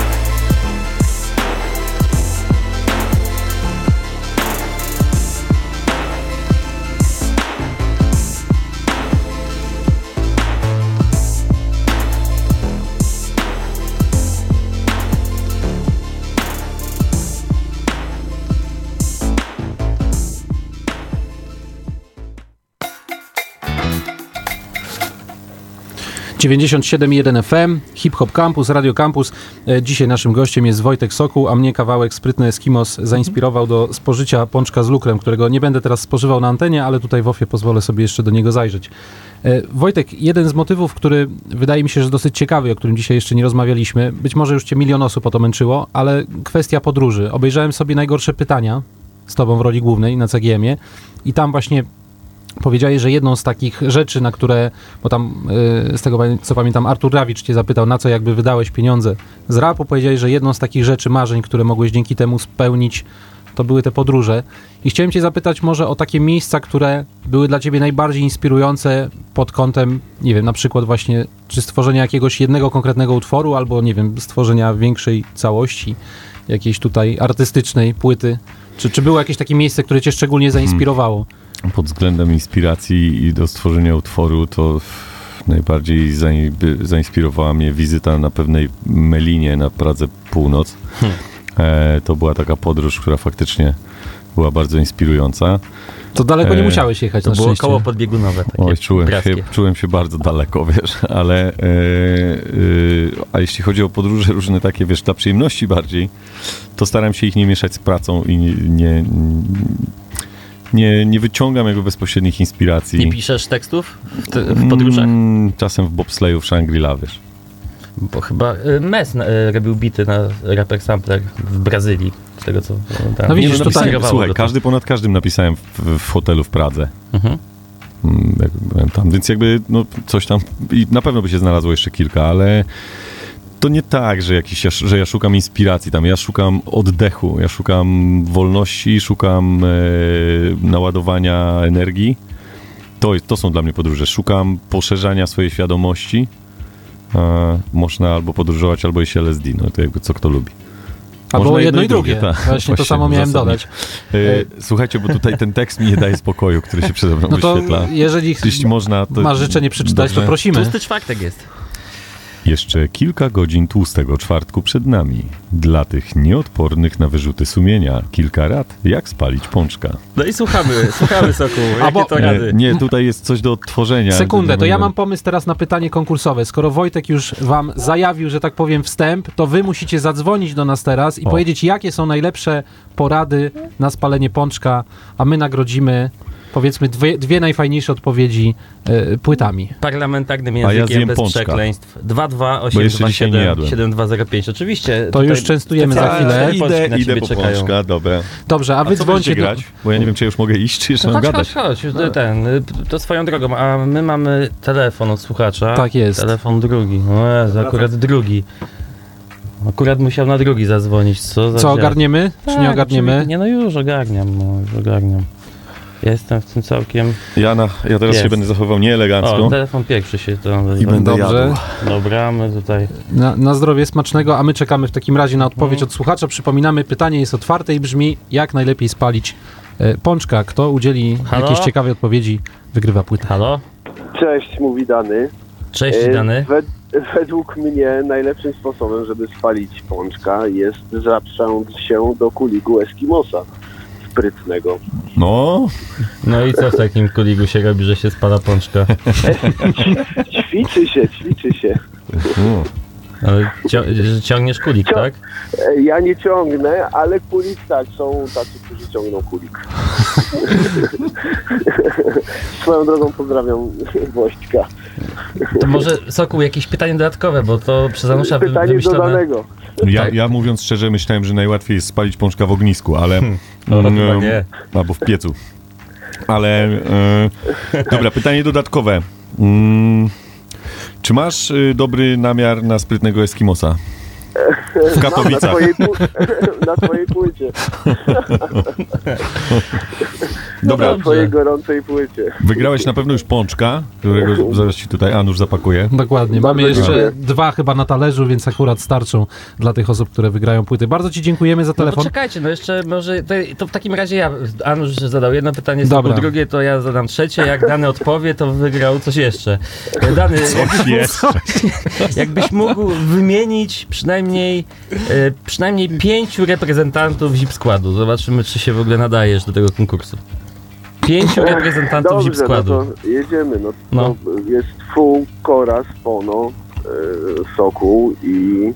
dziewięćdziesiąt siedem i jeden F M, Hip Hop Campus, Radio Campus. E, Dzisiaj naszym gościem jest Wojtek Sokół, a mnie kawałek Sprytny Eskimos zainspirował do spożycia pączka z lukrem, którego nie będę teraz spożywał na antenie, ale tutaj w ofie pozwolę sobie jeszcze do niego zajrzeć. E, Wojtek, jeden z motywów, który wydaje mi się, że dosyć ciekawy, o którym dzisiaj jeszcze nie rozmawialiśmy, być może już cię milion osób o to męczyło, ale kwestia podróży. Obejrzałem sobie Najgorsze pytania z tobą w roli głównej na C G M ie i tam właśnie powiedziałeś, że jedną z takich rzeczy, na które, bo tam yy, z tego co pamiętam, Artur Rawicz cię zapytał, na co jakby wydałeś pieniądze z rapu, powiedziałeś, że jedną z takich rzeczy, marzeń, które mogłeś dzięki temu spełnić, to były te podróże. I chciałem cię zapytać może o takie miejsca, które były dla ciebie najbardziej inspirujące pod kątem, nie wiem, na przykład właśnie, czy stworzenia jakiegoś jednego konkretnego utworu, albo nie wiem, stworzenia większej całości, jakiejś tutaj artystycznej płyty. Czy, czy było jakieś takie miejsce, które cię szczególnie zainspirowało? Pod względem inspiracji i do stworzenia utworu to najbardziej zainspirowała mnie wizyta na pewnej melinie na Pradze Północ. Hmm. E, to była taka podróż, która faktycznie była bardzo inspirująca. To daleko nie E, musiałeś jechać To na było szczęście. koło podbiegunowe takie. Oj, czułem się, praskie. czułem się bardzo daleko, wiesz, ale e, e, a jeśli chodzi o podróże różne takie, wiesz, dla przyjemności bardziej, to staram się ich nie mieszać z pracą i nie, nie, nie, nie wyciągam jakby bezpośrednich inspiracji. Nie piszesz tekstów w, te, w podróżach? Mm, czasem w bobsleju w Shangri-La, wiesz. Bo chyba y, Mes na, y, robił bity na Rapper Sampler w Brazylii, z tego co tam. No widzisz, nie, tutaj- napisywało Słuchaj, go to. każdy ponad każdym napisałem w, w hotelu w Pradze. Mhm. Mm, jak byłem tam, więc jakby no, coś tam i na pewno by się znalazło jeszcze kilka, ale to nie tak, że, jakiś, ja- że ja szukam inspiracji tam, ja szukam oddechu, ja szukam wolności, szukam e, naładowania energii. To, jest- to są dla mnie podróże. Szukam poszerzania swojej świadomości. E, można albo podróżować, albo iść L S D, no to jakby co kto lubi. Albo Można jedno i drugie. tak. Właśnie to samo miałem dodać. E, słuchajcie, bo tutaj ten tekst mi nie daje spokoju, który się przede mną No to wyświetla. jeżeli Jeśli można, to... masz życzenie przeczytać, to Dobrze. prosimy. Tłusty czwartek jest. Jeszcze kilka godzin tłustego czwartku przed nami. Dla tych nieodpornych na wyrzuty sumienia. Kilka rad, jak spalić pączka. No i słuchamy, słuchamy Soku. Jakie bo- to Nie, rady? nie, tutaj jest coś do odtworzenia. Sekundę, to ja mam mam pomysł teraz na pytanie konkursowe. Skoro Wojtek już wam zajawił, że tak powiem, wstęp, to wy musicie zadzwonić do nas teraz i O. powiedzieć, jakie są najlepsze porady na spalenie pączka, a my nagrodzimy, powiedzmy, dwie, dwie najfajniejsze odpowiedzi e, płytami. Parlamentarnym A ja językiem, zjem bez pączka. przekleństw. dwa dwa Bo osiem jeszcze dwa dzisiaj nie siedem jadłem. siedem dwa zero pięć. Oczywiście. To już częstujemy za chwilę. Idę, Idę, idę po pączka, dobra. Dobrze, a A wy co dzwońcie będziecie do... grać? Bo ja nie wiem, czy ja już mogę iść, czy jeszcze No mam chodź, gadać. chodź, chodź, ten, y, to swoją drogą, a my mamy telefon od słuchacza. Tak jest. Telefon drugi, o Jezu, akurat drugi. Akurat musiał na drugi zadzwonić, co za Co, dziad. ogarniemy? Czy Tak, nie ogarniemy? oczywiście. Nie, no już ogarniam, no, już ogarniam. Jestem w tym całkiem... Jana, ja teraz Jest. się będę zachowywał nieelegancko. O, telefon pierwszy się to... I będę Dobrze. jadł. Dobra, my tutaj... Na, na zdrowie smacznego, a my czekamy w takim razie na odpowiedź Mhm. od słuchacza. Przypominamy, pytanie jest otwarte i brzmi, jak najlepiej spalić e, pączka. Kto udzieli Halo? jakiejś ciekawej odpowiedzi, wygrywa płytę. Halo? Cześć, mówi Dany. Cześć, E, Dany. Wed, według mnie najlepszym sposobem, żeby spalić pączka jest zaprząc się do kuligu Eskimosa sprytnego. No, No i co w takim kuligu się robi, że się spala pączka? Ćwiczy się, ćwiczy się. no. Ale cio- że ciągniesz kulik, Cio- tak? E, Ja nie ciągnę, ale kulik tak, są tacy, którzy ciągną kulik. Swoją drogą pozdrawiam Wośćka. To może, Sokół, jakieś pytanie dodatkowe, bo to przez Anusza wy- Pytanie wymyślone... dodanego. Ja, Tak. ja mówiąc szczerze, myślałem, że najłatwiej jest spalić pączka w ognisku, ale... No, mm, chyba nie. Albo w piecu. Ale... E, dobra, pytanie dodatkowe. Mm, czy masz y, dobry namiar na sprytnego Eskimosa? W Na Katowicach. twojej, pu- na twojej płycie. Dobra, Na dobrze. twojej gorącej płycie. wygrałeś na pewno już pączka, którego zaraz ci tutaj Anusz zapakuje. Dokładnie. Mamy Bardzo jeszcze dziękuję. dwa chyba na talerzu, więc akurat starczą dla tych osób, które wygrają płyty. Bardzo ci dziękujemy za No telefon. poczekajcie, no jeszcze może, to, to w takim razie ja, Anusz zadał jedno pytanie, Dobra. Sokół drugie, to ja zadam trzecie, jak Dany odpowie, to wygrał coś jeszcze. Dany, Coś jeszcze. jakbyś mógł wymienić przynajmniej, e, przynajmniej pięciu reprezentantów zip składu. Zobaczymy, czy się w ogóle nadajesz do tego konkursu. Pięciu reprezentantów zip Dobrze, no składu. to jedziemy. No, No. no. Jest Fu, Koraz, Pono, e, Sokół i...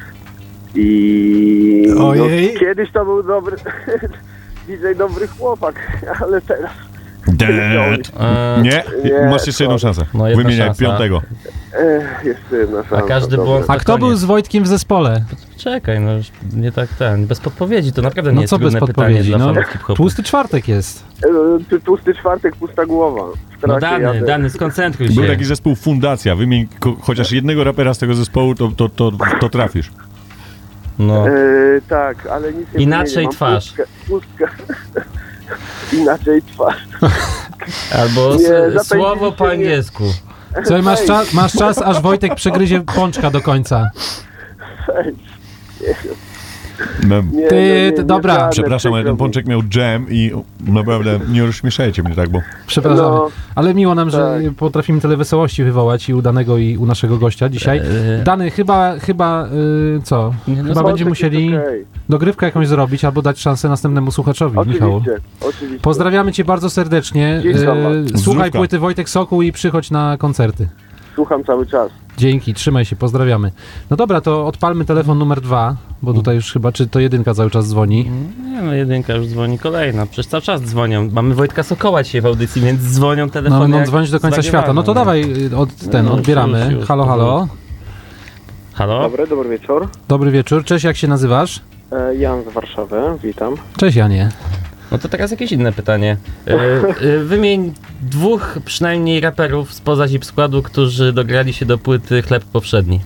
i Ojej. No, kiedyś to był dobry... D J dobry chłopak, ale teraz... Dead. E, Nie? Nie, Masz jeszcze jedną szansę. No, jedna Wymieniaj szansa. piątego. E, jeszcze jedna szansa. każdy dobra. błąd- A kto był z Wojtkiem w zespole? Czekaj, no już nie tak ten, bez podpowiedzi, to naprawdę nie No jest co bez trudne podpowiedzi? pytanie No, dla fanów hip-hopu. Tłusty czwartek jest. E, ty- Tłusty czwartek, pusta głowa. W No trakcie Dany, jadę. Dany, skoncentruj się. Był taki zespół Fundacja. Wymień ko- chociaż jednego rapera z tego zespołu, to, to, to, to trafisz. No. E, tak, ale nic nie Inaczej wymienię. Mam twarz. Pustkę, pustkę. Inaczej twarz. Albo Nie, s- zapędziliście słowo po mnie. angielsku. Słuchaj, masz, czas, masz czas, aż Wojtek przegryzie pączka do końca. No, Nie, Ty, no, ty, dobra. żadne przepraszam, ale ten przykro mi. pączek miał dżem i naprawdę nie rozśmieszajcie mnie tak, bo... Przepraszamy. No, Ale miło nam, że tak. potrafimy tyle wesołości wywołać i u Danego i u naszego gościa dzisiaj. Eee. Dany, chyba, chyba y, co? Nie, no Chyba zobacz, będziemy Pączek musieli jest okej. dogrywkę jakąś zrobić albo dać szansę następnemu słuchaczowi, Michał. Oczywiście, oczywiście. Pozdrawiamy cię bardzo serdecznie. Ściskam was. Y, Słuchaj Zdrówka. płyty Wojtek Sokół i przychodź na koncerty. Słucham cały czas. Dzięki, trzymaj się, pozdrawiamy. No dobra, to odpalmy telefon numer dwa, bo tutaj już chyba, czy to jedynka cały czas dzwoni. Nie no, jedynka już dzwoni kolejna. Przecież cały czas dzwonią. Mamy Wojtka Sokoła dzisiaj w audycji, więc dzwonią telefony. No, no jak dzwonić do końca zwagiewane, świata. No to no. dawaj, y, od, ten, No, odbieramy. już, już, halo, halo. Halo? Dobry, dobry wieczór. Dobry wieczór, cześć, jak się nazywasz? E, Jan z Warszawy, witam. Cześć Janie. No to teraz jakieś inne pytanie. E, e, wymień dwóch przynajmniej raperów spoza Zip Składu, którzy dograli się do płyty Chleb Powszedni.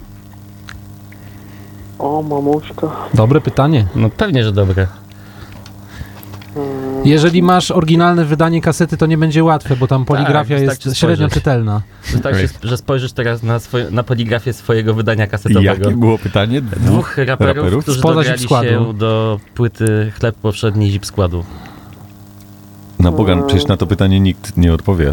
O, mamuśka. Dobre pytanie. No pewnie, że dobre. Jeżeli masz oryginalne wydanie kasety, to nie będzie łatwe, bo tam poligrafia Tak, jest wystarczy średnio spojrzeć. czytelna. Wystarczy, że spojrzysz teraz na, swoje, na poligrafię swojego wydania kasetowego. Jakie było pytanie? Dwóch, Dwóch raperów, raperów? którzy Spoza dograli Zip Składu. się do płyty Chleb Powszedni Zip Składu. Na Boga, przecież na to pytanie nikt nie odpowie.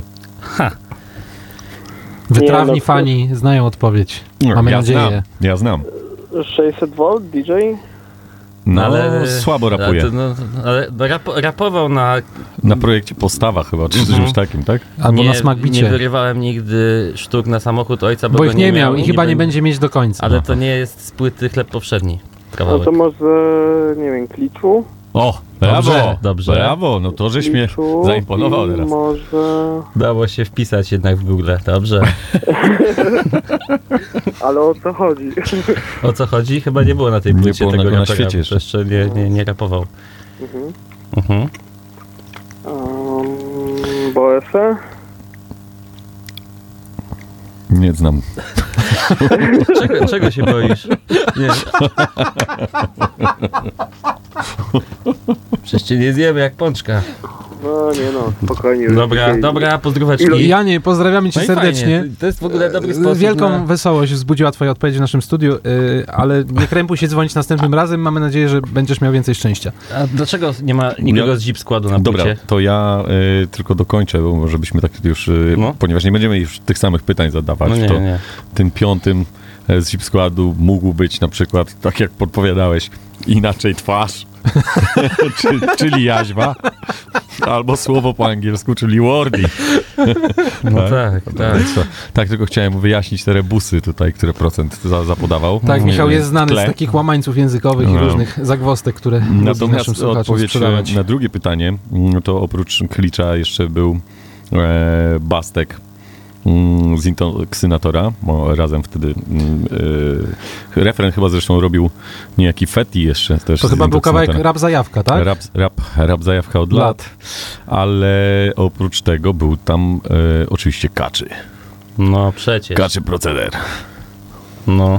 Wytrawni Nie, no, fani znają odpowiedź. Mamy ja nadzieję. Znam, ja znam. sześćset wolt, D J? No, słabo rapuje. Ale, to, no, ale rap, rapował na... Na projekcie Postawa chyba, czy Mhm. czymś takim, tak? Albo nie, na smak Nie bicie. wyrywałem nigdy sztuk na samochód ojca, bo, Bo go ich nie miał i nie chyba nie bę- będzie mieć do końca. Ale to nie jest z płyty Chleb Powszedni. No Kawałek. to może, nie wiem, Kliczu? O, brawo, Dobrze, dobrze. brawo, no to żeś mnie Kliczu zaimponował i teraz. może... Dało się wpisać jednak w Google. Dobrze. Ale o co chodzi? O co chodzi? Chyba nie było na tej Nie płycie było tego na- na rapera, świecie bo jeszcze. jeszcze nie, nie, nie rapował. Mhm. Mhm. Um, Boese? Nie znam. Czego, czego się boisz? Nie. Przecież cię nie zjemy jak pączka. No nie no, spokojnie. Dobra, Dzisiaj- dobra, pozdróweczki. Janie, pozdrawiamy cię No i serdecznie. fajnie. To jest w ogóle dobry sposób Wielką na... wesołość wzbudziła twoja odpowiedź w naszym studiu, yy, ale nie krępuj się dzwonić następnym razem. Mamy nadzieję, że będziesz miał więcej szczęścia. A dlaczego nie ma nikogo Ja- z Zip Składu na Dobra, płycie? to ja y, tylko dokończę, bo może byśmy tak już, y, No. ponieważ nie będziemy już tych samych pytań zadawać, No nie, to nie. tym piątym e, z Zip Składu mógł być na przykład, tak jak podpowiadałeś, inaczej twarz, Czy, czyli jaźwa, albo słowo po angielsku, czyli wordy. No tak, tak. Więc to- tak, tylko chciałem wyjaśnić te rebusy tutaj, które procent za, zapodawał. Tak, Nie, Michał nie, jest znany tle. z takich łamańców językowych i No. różnych zagwostek, które lubi naszym Natomiast słuchaczom odpowiedź sprzedawać. na drugie pytanie, mm, to oprócz Klicza jeszcze był e, Bastek mm, z Intoksynatora, bo razem wtedy mm, e, refren chyba zresztą robił niejaki Feti jeszcze też To z chyba był kawałek Intoksynatora. rap zajawka, tak? Rap, rap, rap zajawka od Lat. lat, ale oprócz tego był tam e, oczywiście Kaczy. No przecież. Kaczy proceder. No.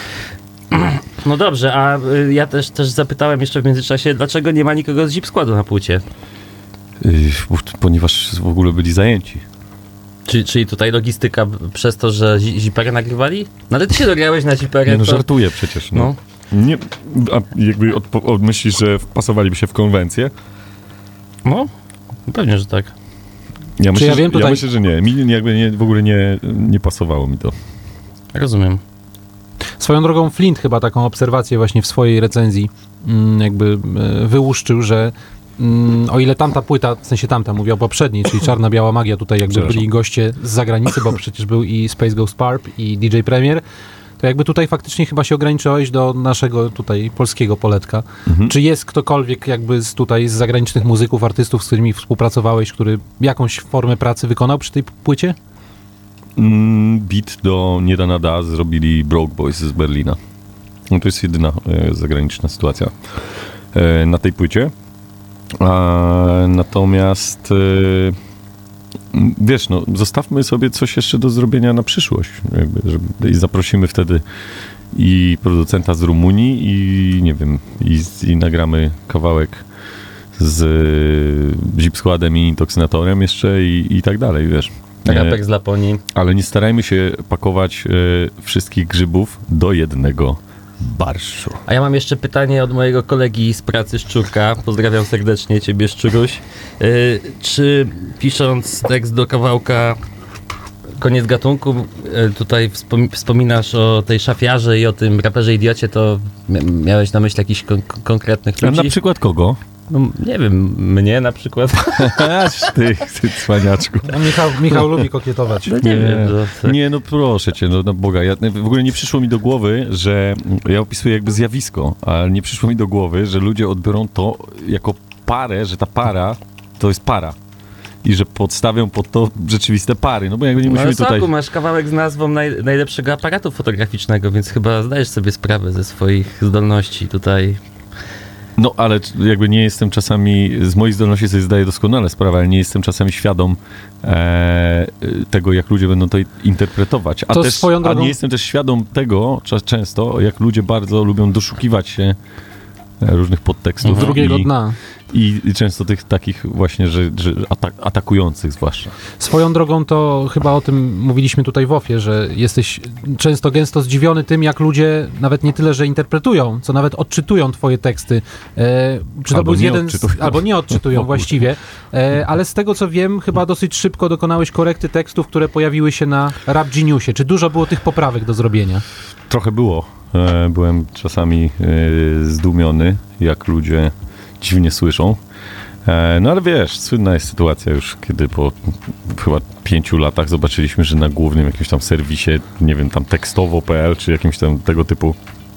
No dobrze, a y, ja też, też zapytałem jeszcze w międzyczasie, dlaczego nie ma nikogo z Zip Składu na płycie? Y, ponieważ w ogóle byli zajęci. Czyli, czyli tutaj logistyka b- przez to, że zi- Ziperę nagrywali? No ale ty się dograłeś na Ziperę, Nie no, to... żartuję przecież. No. No. Nie, a jakby odpo- od, myślisz, że wpasowaliby się w konwencję? No, pewnie, że tak. Ja myślę, ja że- wiem tutaj- ja myślę, że nie. Mi jakby nie, w ogóle nie, nie pasowało mi to. Rozumiem. Swoją drogą Flint chyba taką obserwację właśnie w swojej recenzji mm, jakby e, wyłuszczył, że mm, o ile tamta płyta, w sensie tamta, mówię o poprzedniej, czyli Czarna Biała Magia, tutaj jakby Przepraszam. byli goście z zagranicy, bo przecież był i Space Ghost Parp i D J Premier, to jakby tutaj faktycznie chyba się ograniczyłeś do naszego tutaj polskiego poletka. Mhm. Czy jest ktokolwiek jakby z tutaj z zagranicznych muzyków, artystów, z którymi współpracowałeś, który jakąś formę pracy wykonał przy tej płycie? Mm, beat do Nie da nada zrobili Broke Boys z Berlina. No to jest jedyna e, zagraniczna sytuacja e, na tej płycie. A, natomiast e, m, wiesz, no zostawmy sobie coś jeszcze do zrobienia na przyszłość. Jakby, żeby, i zaprosimy wtedy i producenta z Rumunii i nie wiem, i, i nagramy kawałek z e, Zip Składem i Intoksynatorem jeszcze i, i tak dalej, wiesz. Rapek z Laponii. Ale nie starajmy się pakować e, wszystkich grzybów do jednego Barszu. A ja mam jeszcze pytanie od mojego kolegi z pracy Szczurka. Pozdrawiam serdecznie ciebie, Szczuruś. Yy, czy pisząc tekst do kawałka Koniec gatunku, yy, tutaj wspom- wspominasz o tej szafiarze i o tym raperze idiocie, to mia- miałeś na myśli jakichś kon- konkretnych A ludzi? na przykład kogo? No, nie wiem, mnie na przykład. Aż ty, ty cwaniaczku. A Michał, Michał lubi kokietować. No nie, wiem. To, Nie, no proszę cię, no na Boga. Ja, w ogóle nie przyszło mi do głowy, że ja opisuję jakby zjawisko, ale nie przyszło mi do głowy, że ludzie odbiorą to jako parę, że ta para to jest para. I że podstawią pod to rzeczywiste pary. No bo jakby nie no musimy ale tutaj... Soku, masz kawałek z nazwą naj- najlepszego aparatu fotograficznego, więc chyba zdajesz sobie sprawę ze swoich zdolności tutaj. No ale jakby nie jestem czasami, z moich zdolności sobie zdaję doskonale sprawę, ale nie jestem czasami świadom e, tego, jak ludzie będą to interpretować. A, To też, swoją drogą- a nie jestem też świadom tego cza- często, jak ludzie bardzo lubią doszukiwać się e, różnych podtekstów. Drugiego i, dna. I, I często tych takich właśnie, że, że atak, atakujących zwłaszcza. Swoją drogą to chyba o tym mówiliśmy tutaj w ofie, że jesteś często gęsto zdziwiony tym, jak ludzie nawet nie tyle, że interpretują, co nawet odczytują twoje teksty. E, czy to Albo był nie jeden z, odczytują. albo nie odczytują właściwie. E, ale z tego co wiem, chyba dosyć szybko dokonałeś korekty tekstów, które pojawiły się na Rap Geniusie. Czy dużo było tych poprawek do zrobienia? Trochę było. E, byłem czasami e, zdumiony, jak ludzie dziwnie słyszą. E, no ale wiesz, słynna jest sytuacja już, kiedy po chyba pięciu latach zobaczyliśmy, że na głównym jakimś tam serwisie, nie wiem, tam tekstowo kropka p l, czy jakimś tam tego typu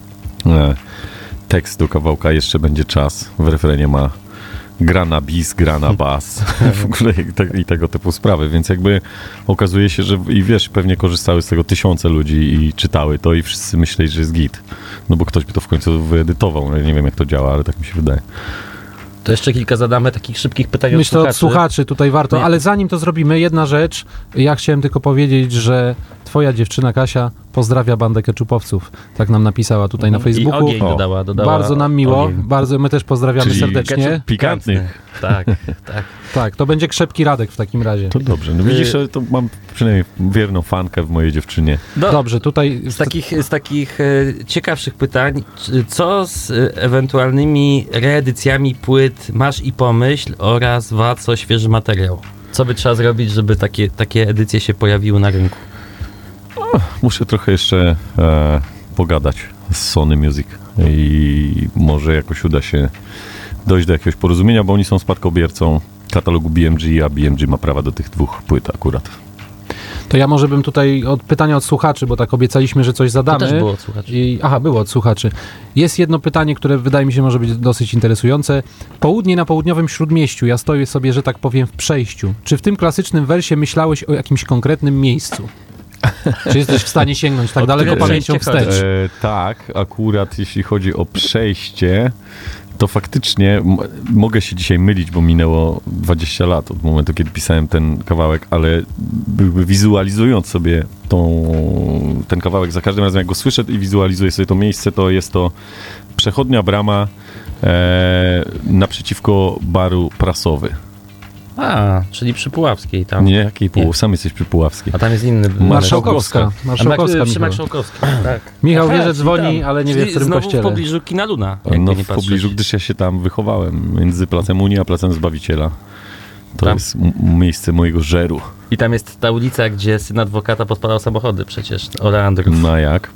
e, tekst do kawałka Jeszcze będzie czas. W refrenie ma gra na bis, gra na bas w ogóle i, te, i tego typu sprawy, więc jakby okazuje się, że i wiesz, pewnie korzystały z tego tysiące ludzi i czytały to i wszyscy myśleli, że jest git. No bo ktoś by to w końcu wyedytował. Ja nie wiem, jak to działa, ale tak mi się wydaje. To jeszcze kilka zadamy takich szybkich pytań Myślę, od od słuchaczy. słuchaczy tutaj warto, Nie. ale zanim to zrobimy, jedna rzecz. Ja chciałem tylko powiedzieć, że twoja dziewczyna Kasia pozdrawia bandę keczupowców. Tak nam napisała tutaj na I Facebooku. ogień dodała, dodała. Bardzo nam miło, ogień. bardzo, my też pozdrawiamy Czyli serdecznie. Ketchup Pikantnych. Tak, tak. Tak, to będzie Krzepki Radek w takim razie. To dobrze. No widzisz, że to mam przynajmniej wierną fankę w mojej dziewczynie. Do, Dobrze, tutaj... Z takich, z takich e, ciekawszych pytań, czy- co z e, ewentualnymi reedycjami płyt Masz i Pomyśl oraz W A C O Świeży Materiał? Co by trzeba zrobić, żeby takie, takie edycje się pojawiły na rynku? Muszę trochę jeszcze e, pogadać z Sony Music i może jakoś uda się dojść do jakiegoś porozumienia, bo oni są spadkobiercą katalogu B M G, a B M G ma prawa do tych dwóch płyt akurat. To ja może bym tutaj od pytania od słuchaczy, bo tak obiecaliśmy, że coś zadamy. To też było od słuchaczy. I, aha, było od słuchaczy. Jest jedno pytanie, które wydaje mi się może być dosyć interesujące. Południe na południowym Śródmieściu. Ja stoję sobie, że tak powiem, w przejściu. Czy w tym klasycznym wersie myślałeś o jakimś konkretnym miejscu? Czy jesteś w stanie sięgnąć tak Od daleko którego pamięcią przejście chodzi? wstecz? E, tak, akurat jeśli chodzi o przejście, to faktycznie m- mogę się dzisiaj mylić, bo minęło dwadzieścia lat od momentu, kiedy pisałem ten kawałek, ale jakby wizualizując sobie tą, ten kawałek, za każdym razem jak go słyszę i wizualizuję sobie to miejsce, to jest to przechodnia brama e, naprzeciwko baru Prasowy. A, czyli przy Puławskiej tam. Nie, jakiej pół, Nie. sam jesteś przy Puławskiej. A tam jest inny. Marszałkowska. A Marszałkowska, Mark- przy Michał. Marszałkowskiej, tak. Michał Aha, wie, że czyli dzwoni, tam. ale nie wie, w Czyli którym znowu kościele. w pobliżu kina Luna. jakby No nie w patrzeć. pobliżu, gdyż ja się tam wychowałem, między Placem Unii a Placem Zbawiciela. To Tam. jest m- miejsce mojego żeru. I tam jest ta ulica, gdzie syn adwokata podpalał samochody przecież. Oleandrów. No jak?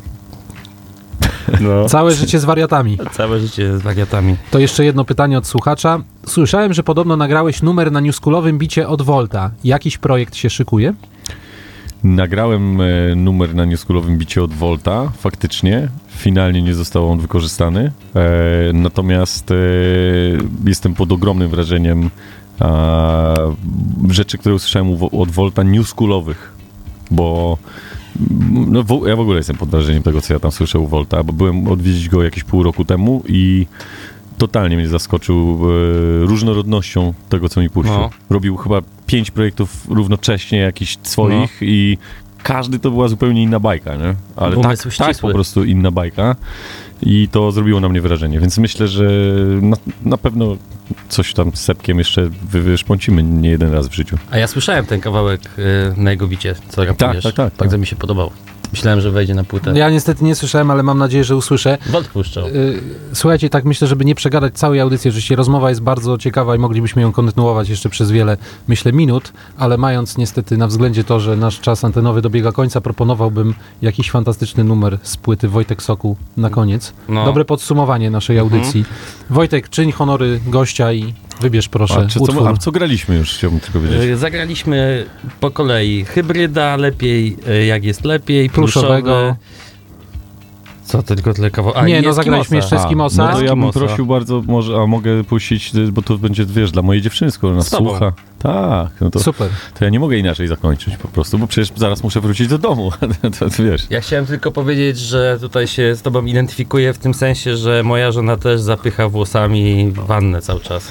No. Całe życie z wariatami. Całe życie z wariatami. To jeszcze jedno pytanie od słuchacza. Słyszałem, że podobno nagrałeś numer na newschoolowym bicie od Volta. Jakiś projekt się szykuje? Nagrałem e, numer na newschoolowym bicie od Volta, faktycznie. Finalnie nie został on wykorzystany. E, natomiast e, jestem pod ogromnym wrażeniem a, rzeczy, które usłyszałem u, od Volta newschoolowych. Bo no, w, ja w ogóle jestem pod wrażeniem tego, co ja tam słyszę u Volta, bo byłem odwiedzić go jakieś pół roku temu i totalnie mnie zaskoczył e, różnorodnością tego, co mi puścił. No. Robił chyba pięć projektów równocześnie jakichś swoich i każdy to była zupełnie inna bajka, nie? Ale tak, Umysł tak ścisły. po prostu inna bajka i to zrobiło na mnie wrażenie, więc myślę, że na, na pewno coś tam z Sepkiem jeszcze wy, wyszpącimy nie jeden raz w życiu. A ja słyszałem ten kawałek y, na jego bicie, co rapujesz. tak, tak, tak. Bardzo mi się podobał. Myślałem, że wejdzie na płytę. Ja niestety nie słyszałem, ale mam nadzieję, że usłyszę. Wod puszczał. Y, Słuchajcie, tak myślę, żeby nie przegadać całej audycji. Oczywiście rozmowa jest bardzo ciekawa i moglibyśmy ją kontynuować jeszcze przez wiele, myślę, minut, ale mając niestety na względzie to, że nasz czas antenowy dobiega końca, proponowałbym jakiś fantastyczny numer z płyty Wojtek Sokół na koniec. No. Dobre podsumowanie naszej audycji. Mhm. Wojtek, czyń honory gościa i wybierz proszę A, czy utwór. co, a co graliśmy już, chciałbym tylko wiedzieć. Y, Zagraliśmy po kolei hybryda, lepiej y, jak jest lepiej, Pluszowego. pluszowe. Co, tylko tyle kawał... A, Nie, i no zagraliśmy Eskimosa. jeszcze Eskimosa. No to ja bym Eskimosa. prosił bardzo, może, a mogę puścić, bo to będzie, wiesz, dla mojej dziewczyny, skoro nas Z tobą. słucha. Tak, no to, Super. to ja nie mogę inaczej zakończyć po prostu, bo przecież zaraz muszę wrócić do domu, to, to wiesz. Ja chciałem tylko powiedzieć, że tutaj się z tobą identyfikuję w tym sensie, że moja żona też zapycha włosami wannę cały czas.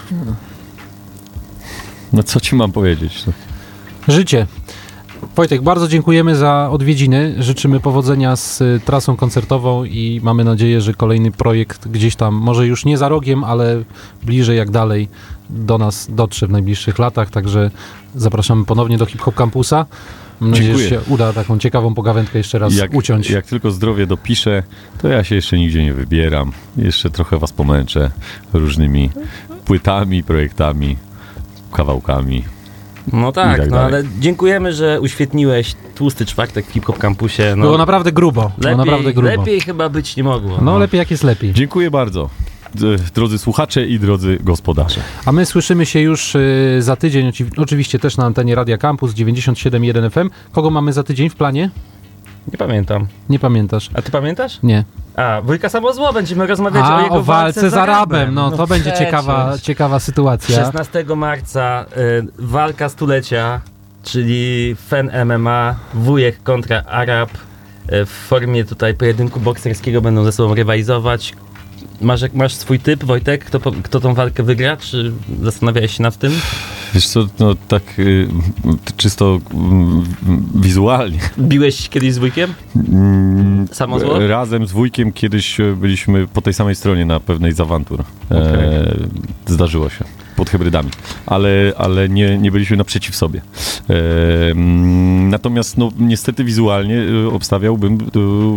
No co ci mam powiedzieć? No. Życie. Wojtek, bardzo dziękujemy za odwiedziny. Życzymy powodzenia z y, trasą koncertową i mamy nadzieję, że kolejny projekt gdzieś tam, może już nie za rogiem, ale bliżej jak dalej do nas dotrze w najbliższych latach. Także zapraszamy ponownie do Hip Hop Campusa. Mam nadzieję, że się Dziękuję. uda taką ciekawą pogawędkę jeszcze raz Jak, uciąć. jak tylko zdrowie dopiszę, to ja się jeszcze nigdzie nie wybieram. Jeszcze trochę was pomęczę różnymi płytami, projektami, kawałkami. No tak, I tak no dalej. ale dziękujemy, że uświetniłeś tłusty czwartek w Hip Hop Campusie. No, Było naprawdę grubo. lepiej, Było naprawdę grubo. lepiej chyba być nie mogło. No lepiej jak jest lepiej. Dziękuję bardzo, d- drodzy słuchacze i drodzy gospodarze. A my słyszymy się już y, za tydzień, oci- oczywiście też na antenie Radia Campus dziewięćdziesiąt siedem jeden F M. Kogo mamy za tydzień w planie? Nie pamiętam. Nie pamiętasz? A ty pamiętasz? Nie. A, Wujka Samozło, będziemy rozmawiać A, o jego o walce z Arabem. No, to będzie przecież. ciekawa, ciekawa sytuacja. szesnastego marca y, walka stulecia, czyli Fen M M A, Wujek kontra Arab. Y, w formie tutaj pojedynku bokserskiego będą ze sobą rywalizować. Masz, masz swój typ, Wojtek, kto, po- kto tą walkę wygra? Czy zastanawiałeś się nad tym? Wiesz co, no tak y, czysto y, wizualnie. Biłeś kiedyś z Wujkiem? Mm, Samozło? Razem z wujkiem kiedyś e, byliśmy po tej samej stronie na pewnej z awantur. Okej. E, zdarzyło się. Pod hybrydami. Ale, ale nie, nie byliśmy naprzeciw sobie. E, mm, natomiast no, niestety wizualnie e, obstawiałbym e,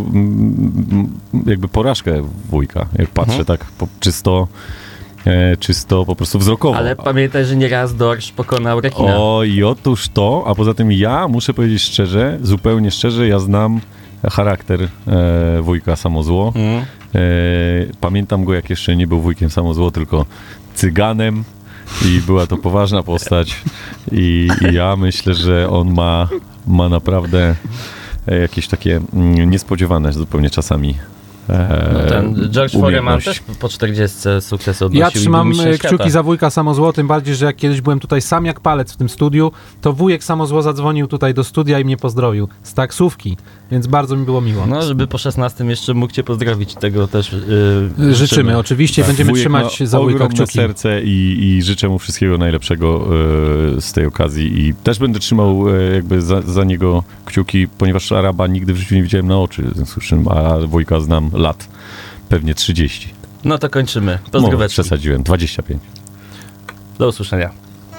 mm, jakby porażkę wujka. Jak patrzę Mhm. tak po, czysto, e, czysto po prostu wzrokowo. Ale pamiętaj, że nieraz Dorsz pokonał rekina. O, i otóż to, a poza tym ja muszę powiedzieć szczerze, zupełnie szczerze, ja znam charakter e, wujka Samozło. Mm. E, pamiętam go, jak jeszcze nie był wujkiem Samozło, tylko cyganem i była to poważna postać i, i ja myślę, że on ma, ma naprawdę e, jakieś takie mm, niespodziewane zupełnie czasami e, No ten George Foreman umiejętności. też po czterdziestce sukcesu odnosił. Ja i był trzymam mistrzem e, kciuki świata. za wujka Samozło, tym bardziej, że jak kiedyś byłem tutaj sam jak palec w tym studiu, to wujek Samozło zadzwonił tutaj do studia i mnie pozdrowił z taksówki, więc bardzo mi było miło. No, żeby po szesnastym jeszcze mógł cię pozdrowić, tego też yy, życzymy. życzymy, oczywiście, Tak, będziemy wujek trzymać ma za wujka ogromne kciuki. serce i, i życzę mu wszystkiego najlepszego e, z tej okazji i też będę trzymał e, jakby za, za niego kciuki, ponieważ Araba nigdy w życiu nie widziałem na oczy, w związku z czym, a wujka znam lat, pewnie trzydzieści. No to kończymy. Może Pozdroweczki. przesadziłem, dwadzieścia pięć. Do usłyszenia.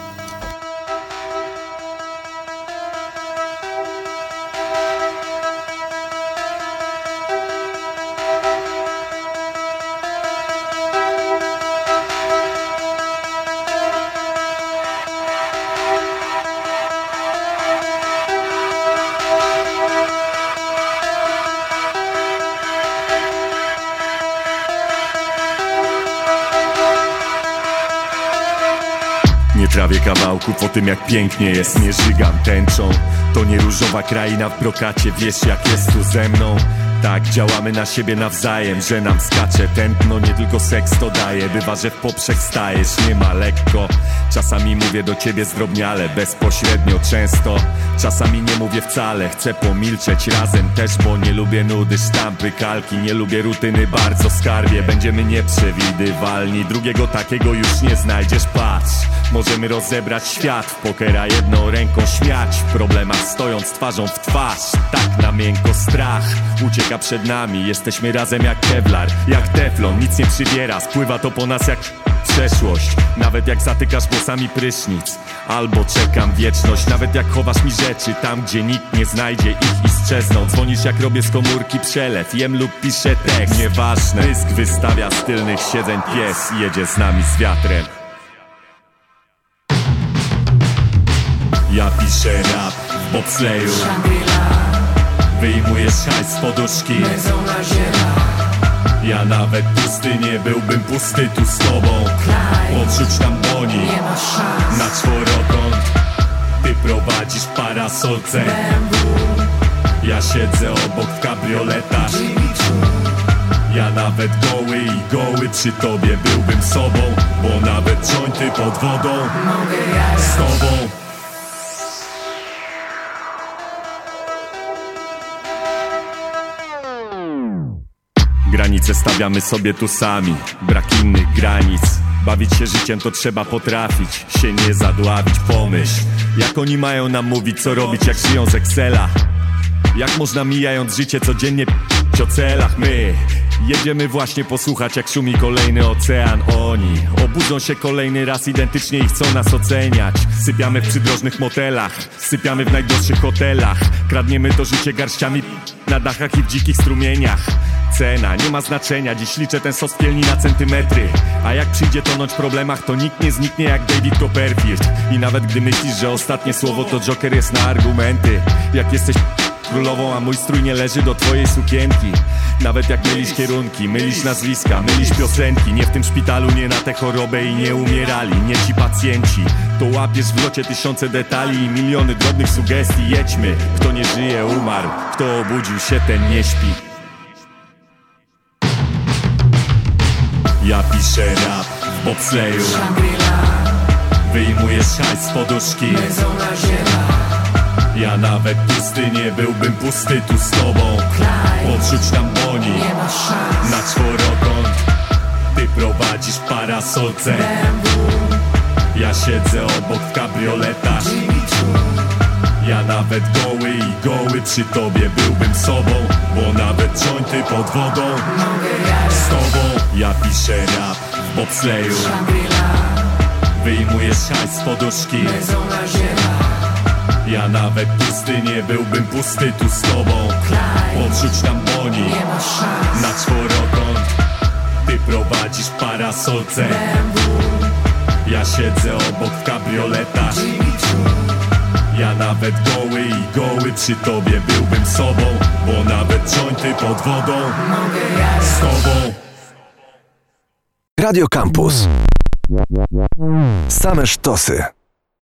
Nie trawię kawałków o tym, jak pięknie jest, nie żygam tęczą. To nie różowa kraina w brokacie, wiesz jak jest tu ze mną. Tak działamy na siebie nawzajem, że nam skacze tętno. Nie tylko seks to daje, bywa, że w poprzek stajesz, nie ma lekko. Czasami mówię do ciebie zdrobniale, bezpośrednio często. Czasami nie mówię wcale, chcę pomilczeć razem też, bo nie lubię nudy, sztampy, kalki. Nie lubię rutyny, bardzo skarbie. Będziemy nieprzewidywalni, drugiego takiego już nie znajdziesz, patrz. Możemy rozebrać świat w pokera jedną ręką, śmiać w problemach stojąc twarzą w twarz. Tak na miękko strach ucieka przed nami, jesteśmy razem jak Kevlar, jak teflon, nic nie przybiera, spływa to po nas jak przeszłość, nawet jak zatykasz włosami prysznic. Albo czekam wieczność, nawet jak chowasz mi rzeczy tam, gdzie nikt nie znajdzie ich i strzezną. Dzwonisz jak robię z komórki przelew, jem lub piszę tekst, nieważne. Pysk wystawia z tylnych siedzeń pies i jedzie z nami z wiatrem. Ja piszę rap w bobsleju, wyjmujesz hajs z poduszki. Ja nawet pusty nie byłbym pusty tu z tobą. Podrzuć tam boni na czworokąt. Ty prowadzisz parasolce, ja siedzę obok w kabrioletach. Ja nawet goły i goły przy tobie byłbym sobą, bo nawet jointy pod wodą z tobą. Granice stawiamy sobie tu sami, brak innych granic. Bawić się życiem to trzeba potrafić, się nie zadławić. Pomyśl, jak oni mają nam mówić co robić, jak żyją z Excela. Jak można mijając życie codziennie p***ć o celach. My jedziemy właśnie posłuchać jak szumi kolejny ocean. Oni obudzą się kolejny raz identycznie i chcą nas oceniać. Sypiamy w przydrożnych motelach, sypiamy w najdroższych hotelach. Kradniemy to życie garściami na dachach i w dzikich strumieniach. Cena nie ma znaczenia, dziś liczę ten sos pielni na centymetry. A jak przyjdzie tonąć w problemach, to nikt nie zniknie jak David Copperfield. I nawet gdy myślisz, że ostatnie słowo to Joker jest na argumenty. Jak jesteś królową, a mój strój nie leży do twojej sukienki. Nawet jak mylisz kierunki, mylisz nazwiska, mylisz piosenki. Nie w tym szpitalu, nie na tę chorobę i nie umierali, nie ci pacjenci. To łapiesz w locie tysiące detali i miliony drobnych sugestii. Jedźmy, kto nie żyje umarł, kto obudził się ten nie śpi. Ja piszę rap w bobsleju, wyjmujesz hajs z poduszki. Ja nawet pusty nie byłbym pusty tu z tobą. Podrzuć tam boni na czworokąt. Ty prowadzisz parasolce, ja siedzę obok w kabrioletach. Ja nawet goły i goły przy tobie byłbym sobą, bo nawet jointy pod wodą z tobą. Ja piszę rap w bobsleju, wyjmujesz hajs z poduszki. Ja nawet pusty nie byłbym pusty tu z tobą. Podrzuć tam boni na czworokąt. Ty prowadzisz parasolce, ja siedzę obok w kabrioletach. Ja nawet goły i goły przy tobie byłbym sobą, bo nawet jointy pod wodą z tobą. Radio Campus. Same sztosy.